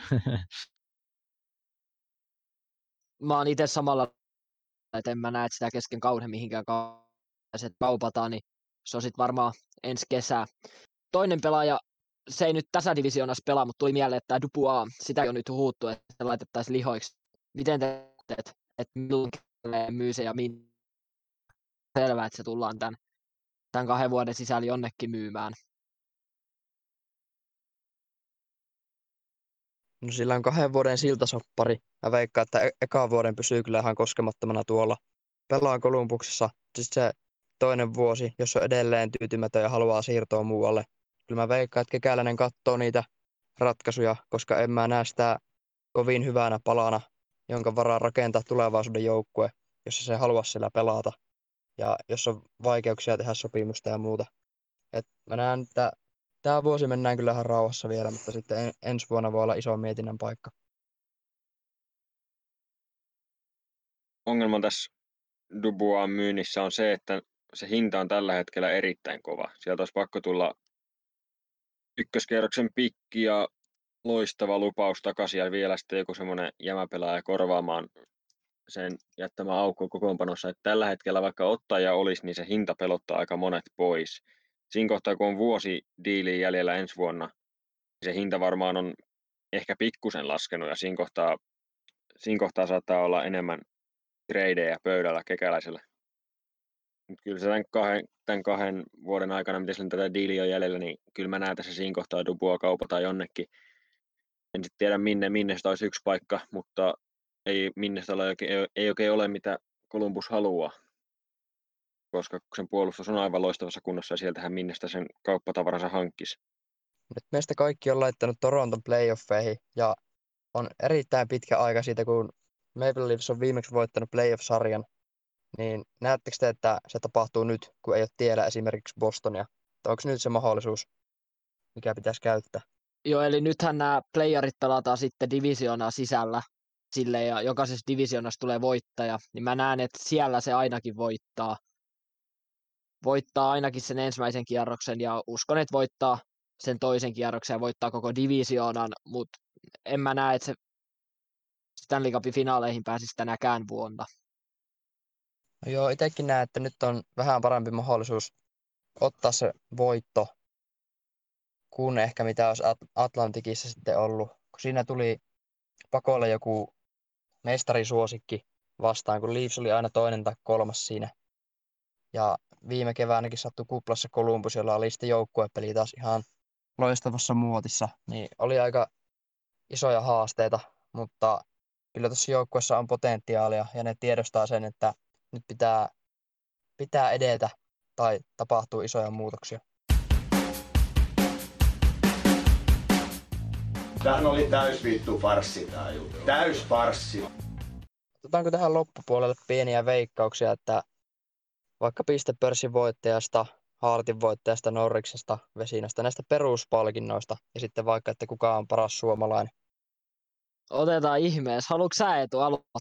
S1: Mä oon itse samalla, että en mä näe sitä kesken kauden mihinkään kaupataan, niin se on sitten varmaan ensi kesää. Toinen pelaaja, se ei nyt tässä divisioonassa pelaa, mutta tuli mieleen, että Dubois, sitä on nyt huuttu, että se laitettaisiin lihoiksi. Miten te teet, että milloin myy se ja min? Selvä, että se tullaan tämän, tämän kahden vuoden sisällä jonnekin myymään.
S3: No sillä on kahden vuoden siltasoppari. Mä veikkaan, että e- ekan vuoden pysyy kyllä ihan koskemattomana tuolla. Pelaa Kolumbuksessa. Sitten se toinen vuosi, jos on edelleen tyytymätön ja haluaa siirtoa muualle. Kyllä mä veikkaan, että Kekäläinen katsoo niitä ratkaisuja, koska en mä näe sitä kovin hyvänä palana, jonka varaa rakentaa tulevaisuuden joukkue, jos se haluaa siellä pelata. Ja jos on vaikeuksia tehdä sopimusta ja muuta. Et mä näen, että tämä vuosi mennään kyllä ihan rauhassa vielä, mutta sitten en, ensi vuonna voi olla iso mietinnän paikka.
S2: Ongelma tässä Dubois myynnissä on se, että se hinta on tällä hetkellä erittäin kova. Sieltä olisi pakko tulla ykköskierroksen pikki ja loistava lupaus takaisin ja vielä sitten joku semmoinen jämäpelaaja korvaamaan sen jättämään aukkoon kokoonpanossa. Että tällä hetkellä vaikka ottaja olisi, niin se hinta pelottaa aika monet pois. Siinä kohtaa, kun on vuosi diiliä jäljellä ensi vuonna, niin se hinta varmaan on ehkä pikkusen laskenut ja siinä kohtaa, siinä kohtaa saattaa olla enemmän tradeja pöydällä Kekäläisellä. Mut kyllä se tämän kahden, tämän kahden vuoden aikana, mitä sillä tätä diiliä on jäljellä, niin kyllä mä näen tässä siinä kohtaa Dubois kaupataan jonnekin. En sitten tiedä minne, minne sitä olisi yksi paikka, mutta ei minne sitä ole, ei, ei oikein ole mitä Columbus haluaa. Koska sen puolustus on aivan loistavassa kunnossa ja sieltähän minne sitä sen kauppatavaransa hankkisi.
S3: Nyt meistä kaikki on laittanut Toronton playoffeihin ja on erittäin pitkä aika siitä, kun Maple Leafs on viimeksi voittanut playoff-sarjan. Niin näettekö te, että se tapahtuu nyt, kun ei ole tiellä esimerkiksi Bostonia? Tai onko nyt se mahdollisuus, mikä pitäisi käyttää?
S1: Joo, eli nythän nämä playerit pelataan sitten divisioonaa sisällä. sille ja jokaisessa divisioonassa tulee voittaja, niin mä näen, että siellä se ainakin voittaa. Voittaa ainakin sen ensimmäisen kierroksen ja uskon, että voittaa sen toisen kierroksen ja voittaa koko divisioonan, mutta en mä näe, että se Stanley Cupin finaaleihin pääsisi tänäkään vuonna.
S3: No joo, itsekin näen, että nyt on vähän parempi mahdollisuus ottaa se voitto kuin ehkä mitä olisi At- Atlantikissa sitten ollut. Kun siinä tuli pakolle joku mestarisuosikki vastaan, kun Leafs oli aina toinen tai kolmas siinä. Ja viime keväänäkin sattui kuplassa Columbus, jolla oli sitten joukkuepeli taas ihan loistavassa muotissa. Niin oli aika isoja haasteita, mutta kyllä tuossa joukkueessa on potentiaalia ja ne tiedostaa sen, että nyt pitää, pitää edetä tai tapahtuu isoja muutoksia.
S5: Tämähän oli täys vittu farssi tää juttu. Täys farssi.
S3: Otetaanko tähän loppupuolelle pieniä veikkauksia, että vaikka pistepörssin voittajasta, Hartin voittajasta, Norriksesta, Vesinästä, näistä peruspalkinnoista ja sitten vaikka, että kuka on paras suomalainen.
S1: Otetaan ihmeessä. Haluatko sä Eetu aloittaa?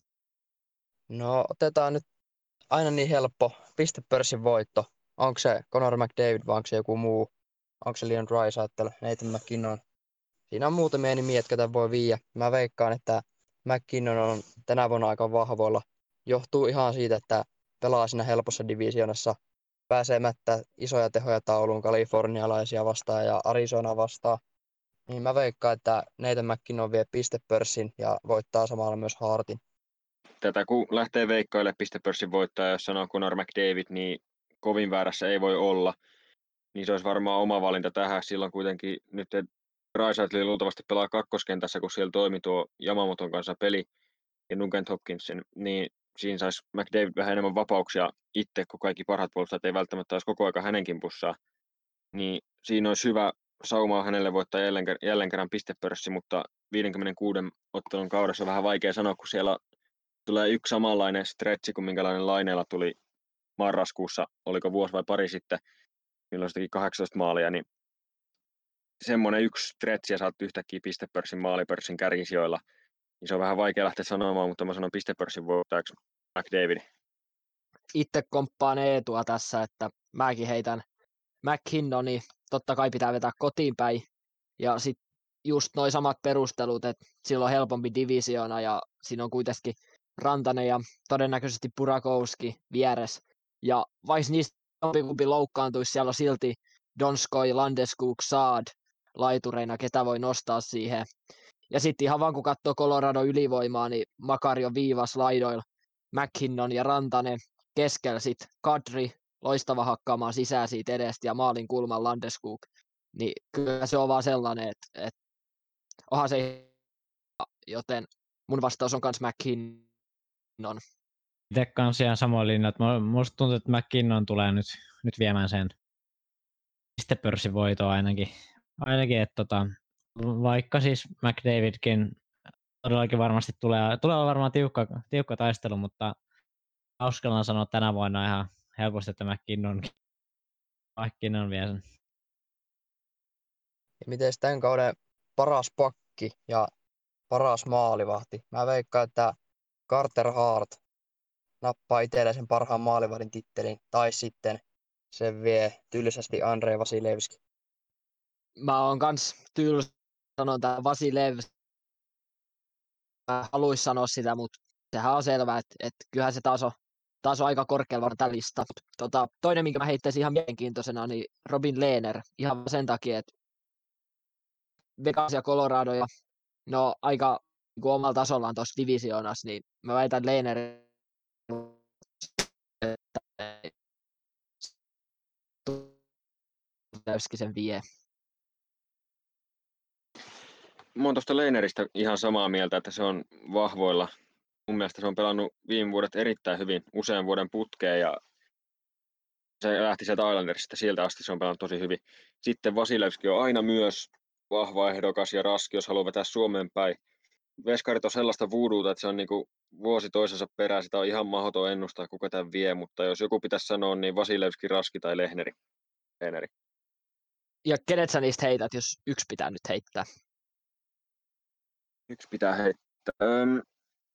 S3: No otetaan nyt aina niin helppo pistepörssin voitto. Onko se Connor McDavid vai onko se joku muu? Onko se Leon Draisaitl, Nathan McKinnon? Siinä on muutamia nimiä, jotka tämän voi viiä. Mä veikkaan, että McKinnon on tänä vuonna aika vahvoilla. Johtuu ihan siitä, että pelaa siinä helpossa divisionassa. Pääsee mättää isoja tehoja tauluun kalifornialaisia vastaan ja Arizona vastaan. Niin mä veikkaan, että Nathan McKinnon vie pistepörssin ja voittaa samalla myös Hartin.
S2: Tätä kun lähtee veikkoille pistepörssin voittaja, jos sanoo Connor McDavid, niin kovin väärässä ei voi olla. Niin se olisi varmaan oma valinta tähän. Silloin kuitenkin nyt Draisaitl luultavasti pelaa kakkoskentässä, kun siellä toimi tuo Yamamoton kanssa peli ja Nugent Hopkinsin, niin siinä saisi McDavid vähän enemmän vapauksia itse, kun kaikki parhaat puolustajat ei välttämättä olisi koko aika hänen kimpussaan. Niin siinä olisi hyvä sauma hänelle voittaa jälleen, jälleen kerran pistepörssi, mutta viidenkymmenenkuuden ottelun kaudessa on vähän vaikea sanoa, kun siellä tulee yksi samanlainen stretchi kuin minkälainen Laineella tuli marraskuussa, oliko vuosi vai pari sitten, milloin se teki kahdeksantoista maalia, niin semmoinen yksi stretchi ja saat yhtäkkiä pistepörssin maalipörssin kärkisijoilla, niin se on vähän vaikea lähteä sanomaan, mutta mä sanon pistepörssin voittajaksi McDavid.
S1: Itse komppaan Eetua tässä, että mäkin heitän McKinnoni. Totta kai pitää vetää kotiin päin. Ja sitten just noi samat perustelut, että sillä on helpompi divisioona ja siinä on kuitenkin Rantanen ja todennäköisesti Burakovski vieressä. Ja vaikka niistä jompikumpi loukkaantuisi, siellä on silti Donskoi, Landeskog, Saad laitureina, ketä voi nostaa siihen. Ja sitten ihan vaan kun katsoo Colorado ylivoimaa, niin Makari on viivas laidoilla, McKinnon ja Rantanen keskellä sitten Kadri, loistava hakkaamaan sisään siitä edestä ja maalin kulman Landeskog. Niin kyllä se on vaan sellainen, että, että onhan se, joten mun vastaus on kans McKinnon.
S4: Itse kanssa ihan samoin linjat. Musta tuntuu, että McKinnon tulee nyt, nyt viemään sen pistepörssin voitoa ainakin. Ainakin, että tota, vaikka siis McDavidkin todellakin varmasti tulee, tulee olla varmaan tiukka, tiukka taistelu, mutta uskallan sanoa tänä vuonna ihan helposti, että McKinnon, McKinnon vie sen.
S3: Ja miten tämän kauden paras pakki ja paras maalivahti? Mä veikkaan, että Carter Hart nappaa itselleen sen parhaan maalivahdin tittelin, tai sitten se vie tylsästi Andrei Vasilevski.
S1: Mä oon kans tylsä sanon tää Vasilev. Mä haluais sanoa sitä, mutta sehän on selvää, että, että kyllähän se taas on, taas on aika korkealla varmaan tällä lista. Tota, toinen, minkä mä heittäisin ihan mielenkiintoisena, niin Robin Lehner. Ihan sen takia, että Vegas ja Colorado ja no aika niin kuin omalla tasollaan tuossa divisioonassa, niin mä väitän Lehner sen vie.
S2: Mä oon tuosta Lehneristä ihan samaa mieltä, että se on vahvoilla. Mun mielestä se on pelannut viime vuodet erittäin hyvin usean vuoden putkeen ja se lähti sieltä Islandersista, sieltä asti se on pelannut tosi hyvin. Sitten Vasilevski on aina myös vahva ehdokas ja raski, jos haluaa vetää Suomeen päin. Veskarit on sellaista voodooa, että se on niinku vuosi toisensa perään, sitä on ihan mahdoton ennustaa, kuka tämän vie, mutta jos joku pitäisi sanoa, niin Vasilevski, Raski tai Lehneri. Lehneri.
S1: Ja kenet sä niistä heität, jos yksi pitää nyt heittää?
S2: Yksi pitää heittää. Öm,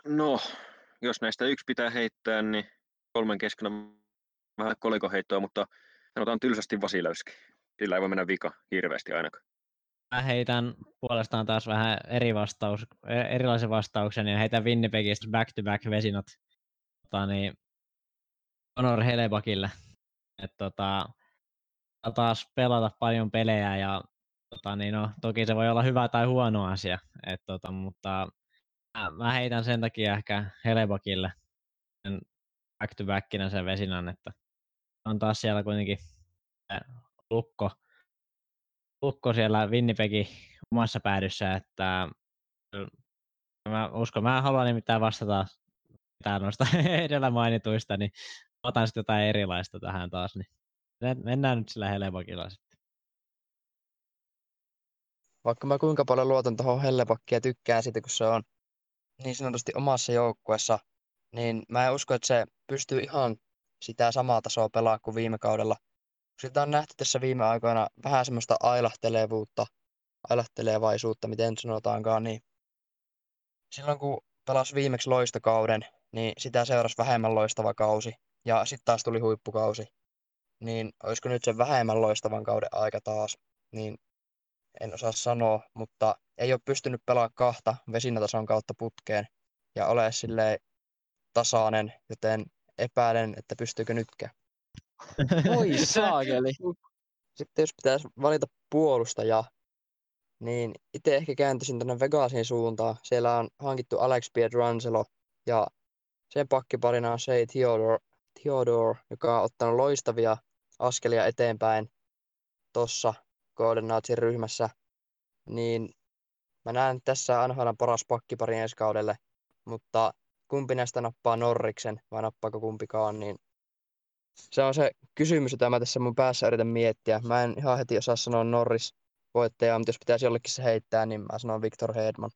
S2: No, jos näistä yksi pitää heittää, niin kolmen kesken on vähän kolikoheittoa, mutta sanotaan tylsästi Vasilevski. Sillä ei voi mennä vika hirveästi ainakaan.
S4: Mä heitän puolestaan taas vähän eri vastaus, e- erilaisen vastauksen ja heitän Winnipegistä back-to-back vesinat tota, niin, Honor Helebakille. Et, tota, saa taas pelata paljon pelejä ja tota, niin, no, toki se voi olla hyvä tai huono asia, et, tota, mutta mä, mä heitän sen takia ehkä Helebakille sen back-to-backinä sen vesinän, että on taas siellä kuitenkin se lukko, lukko siellä Winnipegin omassa päädyssä, että mä uskon, mä haluan nimittäin vastata mitään noista edellä mainituista, niin otan sitten jotain erilaista tähän taas, niin mennään nyt sillä Helebakilla sitten.
S3: Vaikka mä kuinka paljon luotan tuohon Hellebakkiin ja tykkään siitä, kun se on niin sanotusti omassa joukkueessa, niin mä en usko, että se pystyy ihan sitä samaa tasoa pelaa kuin viime kaudella. Sitä on nähty tässä viime aikoina vähän semmoista ailahtelevuutta, ailahtelevaisuutta, miten sanotaankaan, niin silloin kun pelasi viimeksi loistokauden, niin sitä seurasi vähemmän loistava kausi, ja sitten taas tuli huippukausi. Niin olisiko nyt sen vähemmän loistavan kauden aika taas, niin en osaa sanoa, mutta ei ole pystynyt pelaamaan kahta vesinätason kautta putkeen ja ole silleen tasainen, joten epäilen, että pystyykö nytkään.
S1: Oi saakeli.
S3: Sitten jos pitäisi valita puolustaja, niin itse ehkä kääntyisin tänne Vegasin suuntaan. Siellä on hankittu Alex Pietrangelo ja sen pakkiparina on Shea Theodore, Theodore, joka on ottanut loistavia askelia eteenpäin tuossa Golden Knightsin ryhmässä. Niin mä näen tässä N H L:n paras pakkipari ensi kaudelle, mutta kumpi näistä nappaa Norriksen vai nappaako kumpikaan, niin se on se kysymys, jota mä tässä mun päässä yritän miettiä. Mä en ihan heti osaa sanoa Norris voittaja, mutta jos pitäisi jollekin se heittää, niin mä sanon Victor Hedman.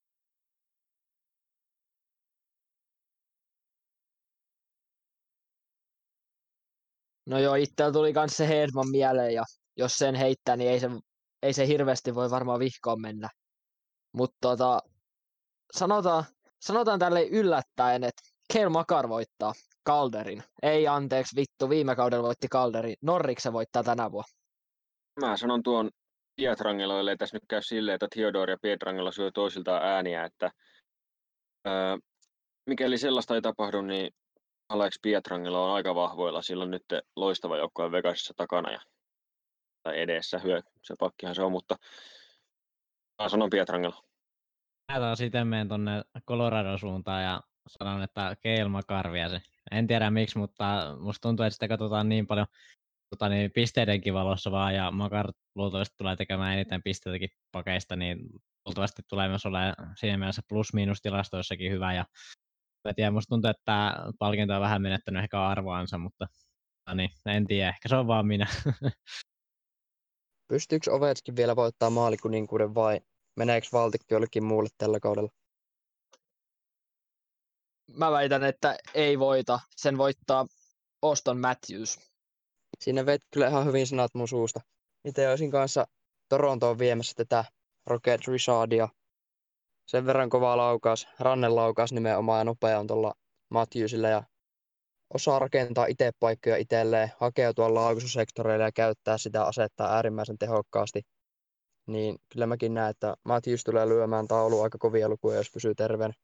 S1: No joo, itsellä tuli kans se Hedman mieleen, ja jos sen heittää, niin ei se, ei se hirveästi voi varmaan vihkoon mennä. Mutta tota, sanotaan, sanotaan tälle yllättäen, että Cale Makar voittaa Calderin. Ei anteeksi vittu, viime kaudella voitti Calderi. Norriksen voittaa tänä vuonna.
S2: Mä sanon tuon Pietrangeloille, ei tässä nyt käy silleen, että Theodore ja Pietrangelo syö toisiltaan ääniä, että ää, mikäli sellaista ei tapahdu, niin Alex Pietrangelo on aika vahvoilla. Sillä on nyt loistava joukkue Vegasissa takana ja, tai edessä. Hyö, se pakkihan se on, mutta mä sanon Pietrangelo.
S4: Mä taas sitten menen tonne Colorado suuntaan ja sanon, että Cale Makar vie se. En tiedä miksi, mutta musta tuntuu, että sitä katsotaan niin paljon tota, niin pisteidenkin valossa vaan, ja Makar luultavasti tulee tekemään eniten pisteitäkin pakeista, niin luultavasti tulee myös olemaan siinä mielessä plus-miinus tilastoissakin hyvä. Ja mä tiedän, musta tuntuu, että tämä palkinto on vähän menettänyt ehkä arvoansa, mutta no niin, en tiedä, ehkä se on vaan minä.
S3: Pystyykö Ovechkin vielä voittaa maalikuninkuuden vai meneekö valtikki jollekin muulle tällä kaudella?
S1: Mä väitän, että ei voita. Sen voittaa Auston Matthews.
S3: Siinä veit kyllä ihan hyvin sanat mun suusta. Itse olisin kanssa Torontoon viemässä tätä Rocket Richardia. Sen verran kova laukaus, rannelaukaus nimenomaan ja nopea on tuolla Matthewsilla ja osaa rakentaa itse paikkoja itselleen, hakeutua laukaisusektoreille ja käyttää sitä asetta äärimmäisen tehokkaasti. Niin kyllä mäkin näen, että Matthews tulee lyömään taulu aika kovia lukuja, jos pysyy terveenä.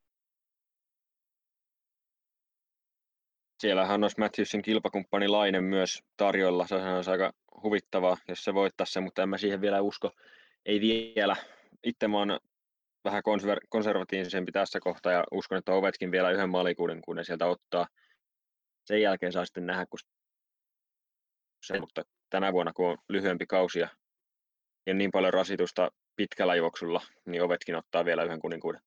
S2: Siellähän olisi Matthewsin kilpakumppani Laine myös tarjolla. Se olisi aika huvittavaa, jos se voittaisi se, mutta en mä siihen vielä usko. Ei vielä. Itse mä oon vähän konser- konservatiivisempi tässä kohtaa ja uskon, että Ovechkin vielä yhden maalikuuden, kun ne sieltä ottaa. Sen jälkeen saa sitten nähdä, kun se, mutta tänä vuonna, kun on lyhyempi kausi ja ja niin paljon rasitusta pitkällä juoksulla, niin Ovechkin ottaa vielä yhden kuninkuuden.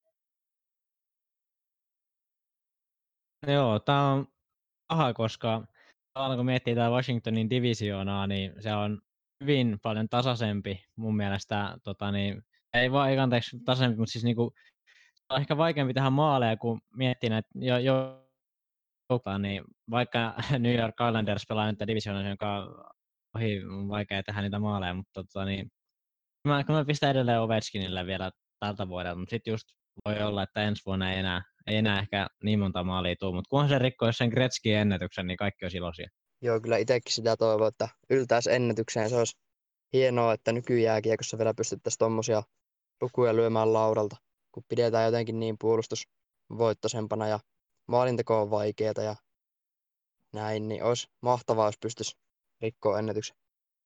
S4: Joo, tää on paha, koska tavallaan kun miettii tää Washingtonin divisioonaa, niin se on hyvin paljon tasaisempi mun mielestä. Tota, niin, ei vaan ei anteeksi tasaisempi, mutta siis niinku, on ehkä vaikeampi tehdä maaleja, kun miettii näitä jo, jo niin vaikka New York Islanders pelaa nyt divisioonassa, jonka ohi on vaikea tehdä niitä maaleja, mutta tota, niin, mä, mä pistän edelleen Ovechkinille vielä tältä vuodelta, mutta sitten just voi olla, että ensi vuonna ei enää, ei enää ehkä niin monta maalia tuu, mutta kunhan se rikkoisi sen Gretzkin ennätyksen, niin kaikki olisi iloisia.
S3: Joo, kyllä itsekin sitä toivon, että yltäisi ennätykseen. Se olisi hienoa, että nykyjääkiekossa vielä pystyttäisiin tuommoisia lukuja lyömään laudalta, kun pidetään jotenkin niin puolustusvoittoisempana ja maalinteko on vaikeaa ja näin, niin olisi mahtavaa, jos pystyisi rikkoa ennätyksen.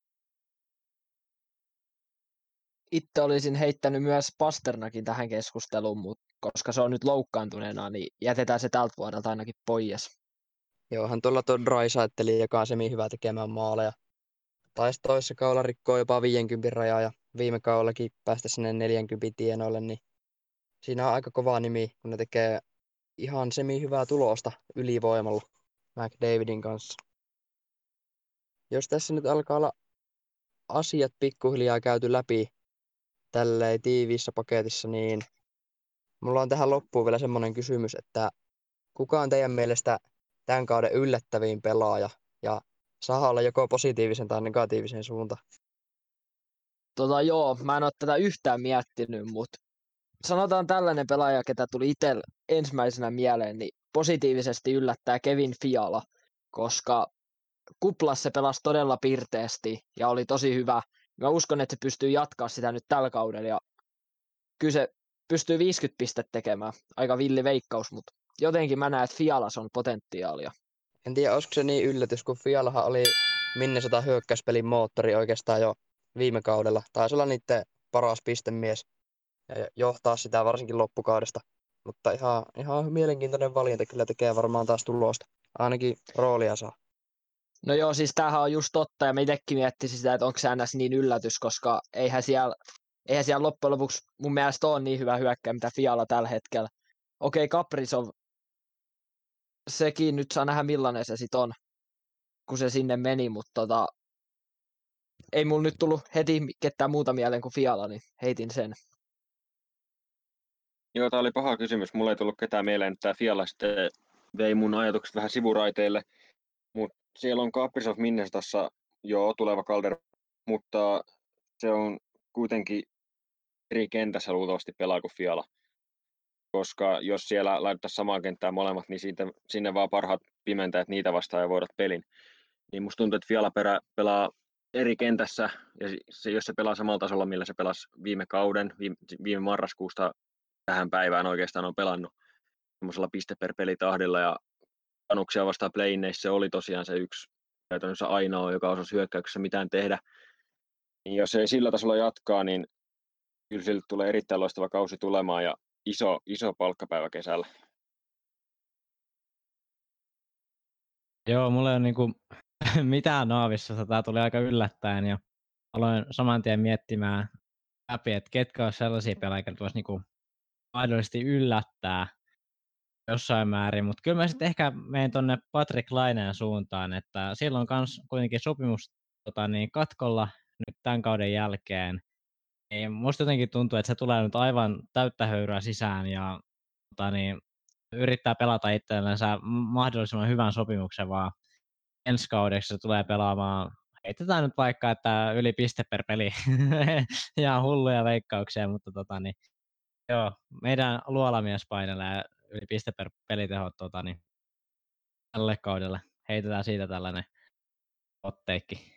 S1: Itse olisin heittänyt myös Pasternakin tähän keskusteluun, mutta koska se on nyt loukkaantuneena, niin jätetään se tältä vuodelta ainakin pois.
S3: Joo, tuolla tuo Draisaitteli, joka on semi hyvä tekemään maaleja. Taisi toisessa kaudella rikkoa jopa viidenkymmenen rajaa ja viime kaudellakin päästä sinne neljänkymmenen tienoille, niin siinä on aika kova nimi, kun ne tekee ihan semi hyvää tulosta ylivoimalla McDavidin kanssa. Jos tässä nyt alkaa olla asiat pikkuhiljaa käyty läpi tälleen tiiviissä paketissa, niin mulla on tähän loppuun vielä semmoinen kysymys, että kuka on teidän mielestä tämän kauden yllättävin pelaaja ja saa olla joko positiivisen tai negatiivisen suuntaan?
S1: Tota joo, mä en ole tätä yhtään miettinyt, mutta sanotaan tällainen pelaaja, ketä tuli itsellä ensimmäisenä mieleen, niin positiivisesti yllättää Kevin Fiala, koska kuplassa se pelasi todella pirteästi ja oli tosi hyvä. Mä uskon, että se pystyy jatkaa sitä nyt tällä kaudella ja kyllä se pystyy viisikymmentä pistettä tekemään. Aika villi veikkaus, mutta jotenkin mä näen, että Fialas on potentiaalia.
S3: En tiedä, olisiko se niin yllätys, kun Fialahan oli Minnesota hyökkäyspelin moottori oikeastaan jo viime kaudella. Taisi olla niiden paras pistemies ja johtaa sitä varsinkin loppukaudesta. Mutta ihan, ihan mielenkiintoinen valinta, kyllä tekee varmaan taas tulosta. Ainakin roolia saa.
S1: No joo, siis tämähän on just totta, ja mä itsekin miettisin sitä, että onko se ns. Niin yllätys, koska eihän siellä, eihän siellä loppujen lopuksi mun mielestä ole niin hyvä hyökkäjä, mitä Fiala tällä hetkellä. Okei, Kaprizov, sekin nyt saa nähdä millainen se sit on, kun se sinne meni, mutta tota, ei mulla nyt tullut heti ketään muuta mieleen kuin Fiala, niin heitin sen.
S2: Joo, tämä oli paha kysymys. Mulla ei tullut ketään mieleen, että tämä Fiala sitten vei mun ajatukset vähän sivuraiteille. Mutta siellä on Kaprizov Minnesotassa jo tuleva Calder, mutta se on kuitenkin eri kentässä luultavasti pelaa kuin Fiala. Koska jos siellä laitettaisiin samaan kenttään molemmat, niin siitä, sinne vaan parhaat pimentäjät niitä vastaan ja voidat pelin. Niin musta tuntuu, että Fiala perä, pelaa eri kentässä, ja se, jos se pelaa samalla tasolla, millä se pelasi viime kauden, viime, viime marraskuusta tähän päivään oikeastaan on pelannut semmoisella piste per pelitahdilla, ja panuksia vastaan play-inneissä se oli tosiaan se yksi käytännössä ainoa, joka osasi hyökkäyksessä mitään tehdä. Niin jos ei sillä tasolla jatkaa, niin kyllä sille tulee erittäin loistava kausi tulemaan, ja iso, iso palkkapäivä kesällä.
S4: Joo, mulla ei ole niinku mitään naavissa, tämä tuli aika yllättäen ja aloin saman tien miettimään läpi, että ketkä olisi sellaisia pelaajia, jotka voisi niinku mahdollisesti yllättää jossain määrin, mutta kyllä mä sitten ehkä menen tuonne Patrick Laineen suuntaan, että silloin kans kuitenkin sopimus tota, niin katkolla nyt tämän kauden jälkeen. Niin musta jotenkin tuntuu, että se tulee nyt aivan täyttä höyryä sisään ja tota, niin, yrittää pelata itsellensä mahdollisimman hyvän sopimuksen vaan ensi kaudeksi se tulee pelaamaan, heitetään nyt vaikka, että yli piste per peli. Ihan hulluja veikkauksia, mutta tota, niin, joo, meidän luolamies painelee yli piste per peliteho tota, niin, tälle kaudelle. Heitetään siitä tällainen otteikki.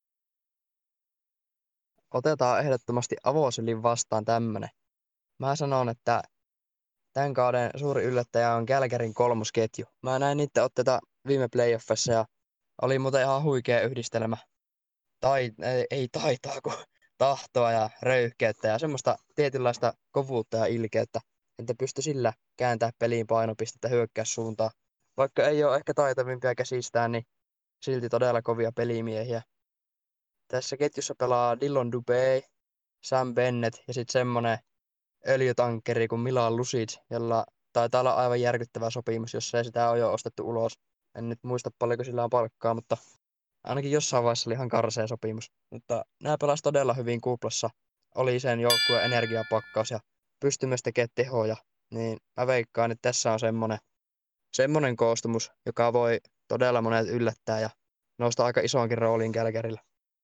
S3: Otetaan ehdottomasti avosylin vastaan tämmönen. Mä sanon, että tämän kauden suuri yllättäjä on Calgaryn kolmosketju. Mä näin niitä otteita viime playoffissa ja oli muuten ihan huikea yhdistelmä. Tai, ei, ei taitaa, kun tahtoa ja röyhkeyttä ja semmoista tietynlaista kovuutta ja ilkeyttä, että pystyi sillä kääntämään peliin painopistettä hyökkäyssuuntaan. Vaikka ei ole ehkä taitavimpia käsistään, niin silti todella kovia pelimiehiä. Tässä ketjussa pelaa Dillon Dubé, Sam Bennett ja sitten semmonen öljytankkeri kuin Milan Lucic, jolla taitaa olla aivan järkyttävä sopimus, jos ei sitä ole jo ostettu ulos. En nyt muista paljonko sillä on palkkaa, mutta ainakin jossain vaiheessa oli ihan karsea sopimus. Mutta nämä pelasivat todella hyvin kuplassa. Oli sen joukkueen energiapakkaus ja pystyi myös tekemään tehoja. Niin mä veikkaan, että tässä on semmonen, semmonen koostumus, joka voi todella monet yllättää ja nousta aika isoonkin rooliin Calgarylla.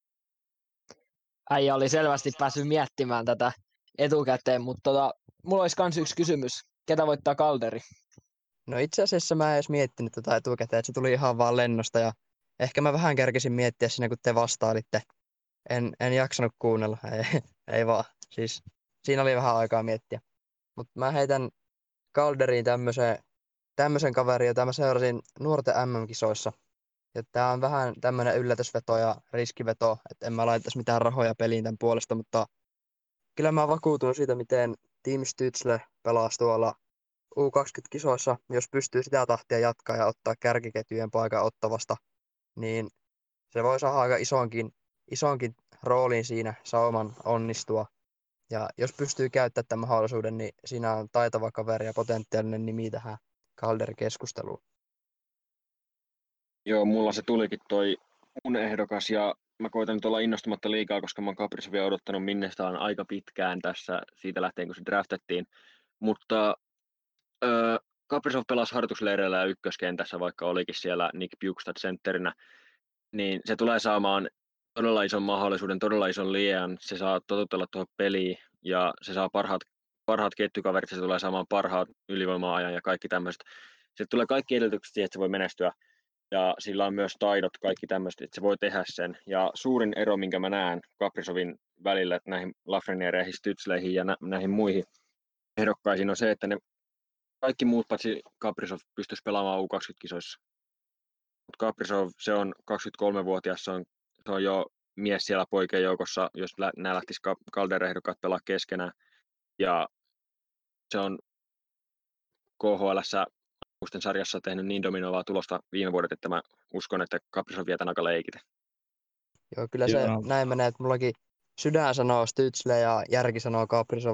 S1: Äijä oli selvästi päässyt miettimään tätä etukäteen, mutta tota, mulla olisi kans yksi kysymys. Ketä voittaa Calderi?
S3: No itse asiassa mä en edes miettinyt tätä etukäteen, että se tuli ihan vaan lennosta ja ehkä mä vähän kerkesin miettiä siinä, kun te vastailitte. En, en jaksanut kuunnella, ei, ei vaan. Siis siinä oli vähän aikaa miettiä. Mutta mä heitän Calderiin tämmöisen, tämmöisen kaverin, jota mä seurasin nuorten M M-kisoissa. Ja tää on vähän tämmöinen yllätysveto ja riskiveto, että en mä laitaisi mitään rahoja peliin tämän puolesta, mutta kyllä mä vakuutun siitä, miten Team Stützle pelasi tuolla U kaksikymmentä-kisoissa, jos pystyy sitä tahtia jatkaa ja ottaa kärkiketjujen paikan Ottavasta, niin se voi saada aika isonkin, isonkin roolin siinä sauman onnistua. Ja jos pystyy käyttämään tämän mahdollisuuden, niin siinä on taitava kaveri ja potentiaalinen nimi tähän Calder-keskusteluun.
S2: Joo, mulla se tulikin toi mun ehdokas ja mä koitan nyt olla innostumatta liikaa, koska mä oon Kaprizovia odottanut Minnestaan aika pitkään tässä siitä lähtien, kun se draftettiin. Mutta öö, Kaprizov pelasi harjoitusleireillä ja ykköskentässä, vaikka olikin siellä Nick Bjugstad sentterinä, niin se tulee saamaan todella ison mahdollisuuden, todella ison liian. Se saa totutella tuohon peliin ja se saa parhaat, parhaat ketjukaverit, se tulee saamaan parhaat ylivoima-ajan ja kaikki tämmöiset. Se tulee kaikki edellytykset siihen, että se voi menestyä. Ja sillä on myös taidot, kaikki tämmöiset, että se voi tehdä sen. Ja suurin ero, minkä mä näen Kaprizovin välillä näihin Lafreniereihin, Stützleihin ja nä- näihin muihin ehdokkaisiin on se, että ne kaikki muut paitsi Kaprizov pystyisi pelaamaan U kaksikymmentä-kisoissa. Mutta Kaprizov, se on kaksikymmentäkolmevuotias, se on, se on jo mies siellä poikien joukossa, jos lä- nämä lähtisivät Calder-ehdokkaat pelaa keskenään. Ja se on K H L:ssä aikuisten sarjassa tehnyt niin dominoivaa tulosta viime vuodet, että mä uskon, että Kaprizov vie tämän aika leikite.
S3: Joo, kyllä se
S4: Joo.
S3: näin menee, että mullakin sydän sanoo Stützle ja järki sanoo Kaprizov.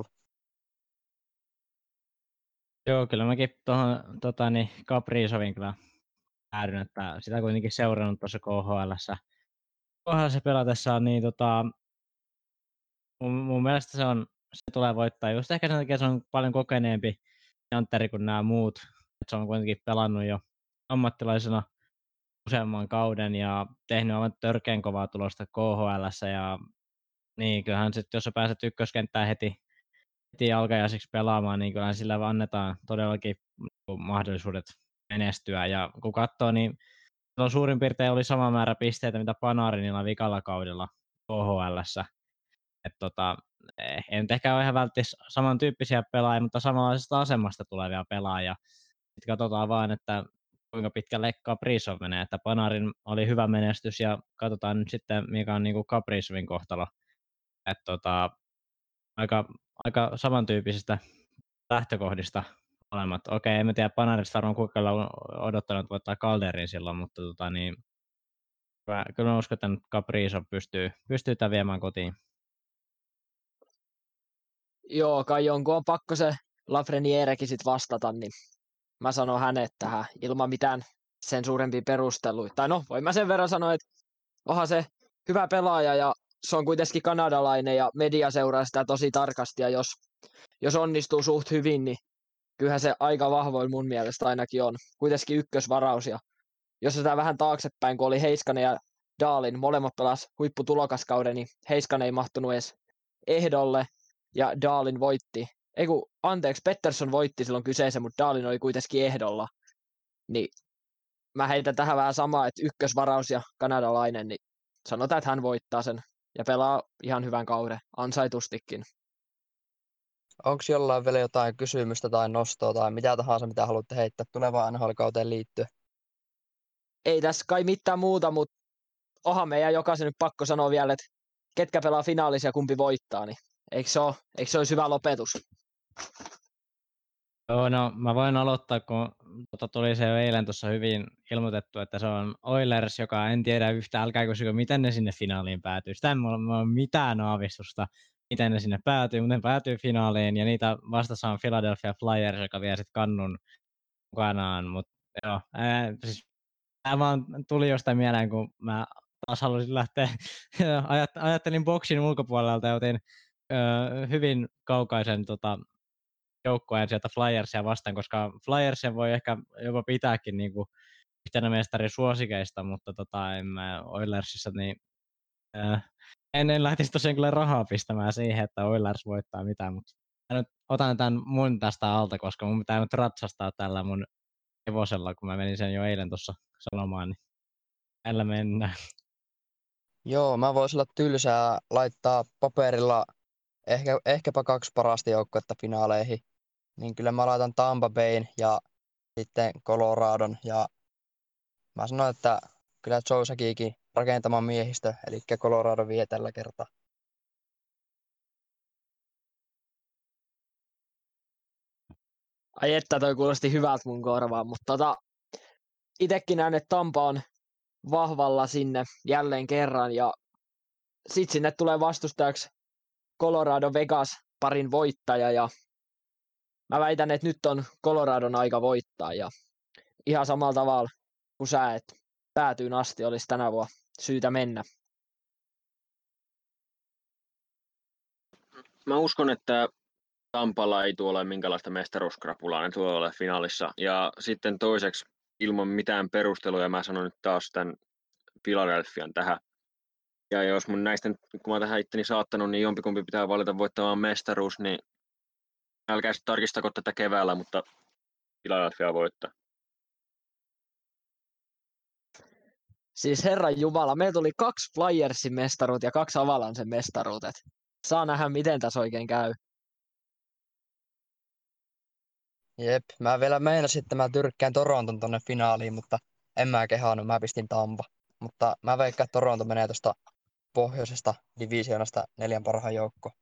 S4: Joo, kyllä mäkin tuohon tota, niin Kaprizovin kyllä päädyn, että sitä kuitenkin seurannut tuossa K H L:ssä. K H L:ssä pelatessaan, niin tota, mun, mun mielestä se, on, se tulee voittaa. Just ehkä sen takia se on paljon kokeneempi jantteri kuin nämä muut. Et se on kuitenkin pelannut jo ammattilaisena useamman kauden ja tehnyt aivan törkeän kovaa tulosta K H L:ssä. Ja niin, kyllähän sitten, jos sä pääset ykköskenttään heti, heti alkajaisiksi pelaamaan, niin kyllähän sillä annetaan todellakin mahdollisuudet menestyä. Ja kun katsoo, niin silloin suurin piirtein oli sama määrä pisteitä, mitä Panarinilla vikalla kaudella K H L:ssä. Että tota, eh, ei nyt ehkä ole ihan välttämättä samantyyppisiä pelaajia, mutta samanlaisesta asemasta tulevia pelaajia. Sitten katsotaan vaan, että kuinka pitkälle Kaprizov menee, että Panarin oli hyvä menestys ja katsotaan nyt sitten, mikä on niinku Kaprizovin kohtalo. Että tota, aika, aika samantyyppisistä lähtökohdista molemmat. Okei, en mä tiedä Panarista varmaan kuinka on odottanut voittaa Calderin silloin, mutta tota, niin, kyllä, kyllä mä uskon, että nyt Kaprizov pystyy, pystyy tämän viemään kotiin.
S1: Joo, kai jonkun on pakko se Lafrenierekin sit vastata, niin mä sanon hänet tähän ilman mitään sen suurempia perusteluita. Tai no, voin mä sen verran sanoa, että onhan se hyvä pelaaja ja se on kuitenkin kanadalainen ja media seuraa sitä tosi tarkasti ja jos, jos onnistuu suht hyvin, niin kyllähän se aika vahvoin mun mielestä ainakin on. Kuitenkin ykkösvaraus ja jos sitä vähän taaksepäin, kun oli Heiskanen ja Daalin, molemmat pelas huipputulokaskauden, niin Heiskanen ei mahtunut edes ehdolle ja Daalin voitti. Ei kun, anteeksi, Pettersson voitti silloin kyseisen, mutta Daalin oli kuitenkin ehdolla. Niin mä heitän tähän vähän samaa, että ykkösvaraus ja kanadalainen, niin sanotaan, että hän voittaa sen ja pelaa ihan hyvän kauden, ansaitustikin.
S3: Onko jollain vielä jotain kysymystä tai nostoa tai mitä tahansa, mitä haluatte heittää tulevaan N H L-kauteen liittyen?
S1: Ei tässä kai mitään muuta, mutta onhan meidän jokaisen nyt pakko sanoa vielä, että ketkä pelaa finaalissa ja kumpi voittaa, niin eikö se, ole, eikö se olisi hyvä lopetus?
S4: Joo, no mä voin aloittaa, kun tota, tuli se jo eilen tuossa hyvin ilmoitettu, että se on Oilers, joka en tiedä yhtään, älkää kysykö, miten ne sinne finaaliin päätyy. Sitä en mulla ole mitään aavistusta, miten ne sinne päätyy, mutta ne päätyy finaaliin, ja niitä vastassa on Philadelphia Flyers, joka vie sitten kannun mukanaan, mutta joo, ää, siis tämä vaan tuli jostain mieleen, kun mä taas halusin lähteä, ajattelin boksin ulkopuolelta ja otin ö, hyvin kaukaisen tota, joukkueen sieltä Flyersia vastaan, koska Flyersia voi ehkä jopa pitääkin niin kuin yhtenä mestarin suosikeista, mutta tota, en mä Oilersissa, niin äh, en, en lähtisi tosiaan kyllä rahaa pistämään siihen, että Oilers voittaa mitään, mutta mä nyt otan tämän mun tästä alta, koska mun pitää nyt ratsastaa tällä mun hevosella, kun mä menin sen jo eilen tuossa sanomaan, niin tällä mennään.
S3: Joo, mä voisin olla tylsää laittaa paperilla ehkä, ehkäpä kaksi parasta joukkuetta finaaleihin. Niin kyllä mä laitan Tampa Bayn ja sitten Coloradon. Ja mä sanon, että kyllä Joe Sakiikin rakentama miehistö, eli Colorado vie tällä kertaa.
S1: Ai että toi kuulosti hyvältä mun korvaan, mutta tota, itekin näen, että Tampa on vahvalla sinne jälleen kerran ja sit sinne tulee vastustajaksi Colorado Vegas parin voittaja ja mä väitän, että nyt on Coloradon aika voittaa ja ihan samalla tavalla kuin sä, että päätyyn asti olisi tänä vuonna syytä mennä.
S2: Mä uskon, että Tampalla ei tule ole minkälaista mestaruuskrapulaa, ne tulee ole finaalissa. Ja sitten toiseksi ilman mitään perusteluja mä sanon nyt taas tämän Philadelphian tähän. Ja jos mun näistä, kun mä tähän itteni saattanut, niin jompikumpi pitää valita voittamaan mestaruus, niin älkää sitten tarkistako tätä keväällä, mutta Philadelphia voittaa.
S1: Siis Herran Jumala, meillä tuli kaksi Flyersin mestaruut ja kaksi Avalancen mestaruut. Et saa nähdä, miten tässä oikein käy.
S3: Jep, mä vielä meinasin, että mä tyrkkään Toronton tonne finaaliin, mutta en mä kehannut, mä pistin Tampa. Mutta mä veikkaan, että Toronto menee tuosta pohjoisesta divisioonasta neljän parhaan joukkoon.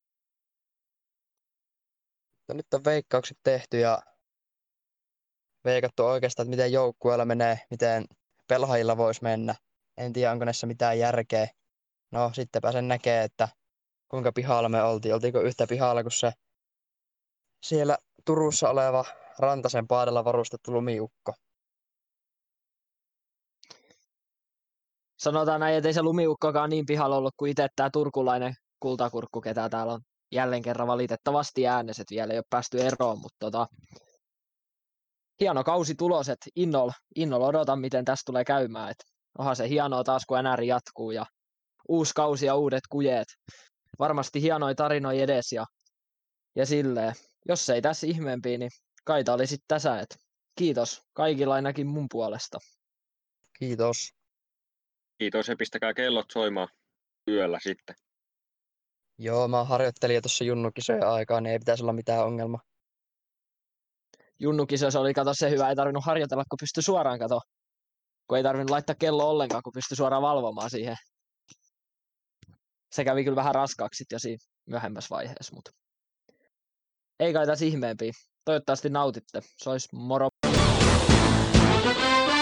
S3: Mutta nyt on veikkaukset tehty ja veikattu oikeastaan, että miten joukkueella menee, miten pelaajilla voisi mennä. En tiedä, onko näissä mitään järkeä. No, sittenpä sen näkee, että kuinka pihalla me oltiin. Oltiinko yhtä pihalla kuin se siellä Turussa oleva Rantasen paadalla varustettu lumiukko.
S1: Sanotaan näin, että ei se lumiukkokaan niin pihalla ollut kuin itse tämä turkulainen kultakurkku, ketä täällä on jälleen kerran valitettavasti ääneset vielä ei ole päästy eroon, mutta tota, hieno kausi tulos, että innolla, innolla odotan, miten tästä tulee käymään. Et onhan se hienoa taas, kun N R jatkuu ja uusi kausi ja uudet kujeet. Varmasti hienoja tarinoja edes ja, ja silleen. Jos ei tässä ihmeempiä, niin kaita oli sitten tässä. Et kiitos kaikilla ainakin mun puolesta.
S3: Kiitos.
S2: Kiitos ja pistäkää kellot soimaan yöllä sitten.
S3: Joo, mä harjoittelin jo tuossa junnukisojen aikaa, niin ei pitäisi olla mitään ongelmaa.
S1: Junnukisoissa oli, kato se hyvä, ei tarvinnut harjoitella, kun pystyi suoraan kato. Kun ei tarvinnut laittaa kello ollenkaan, kun pystyi suoraan valvomaan siihen. Se kävi kyllä vähän raskaaksi jo siinä myöhemmässä vaiheessa, mutta ei kai tässä ihmeempiä. Toivottavasti nautitte. Se olisi moro.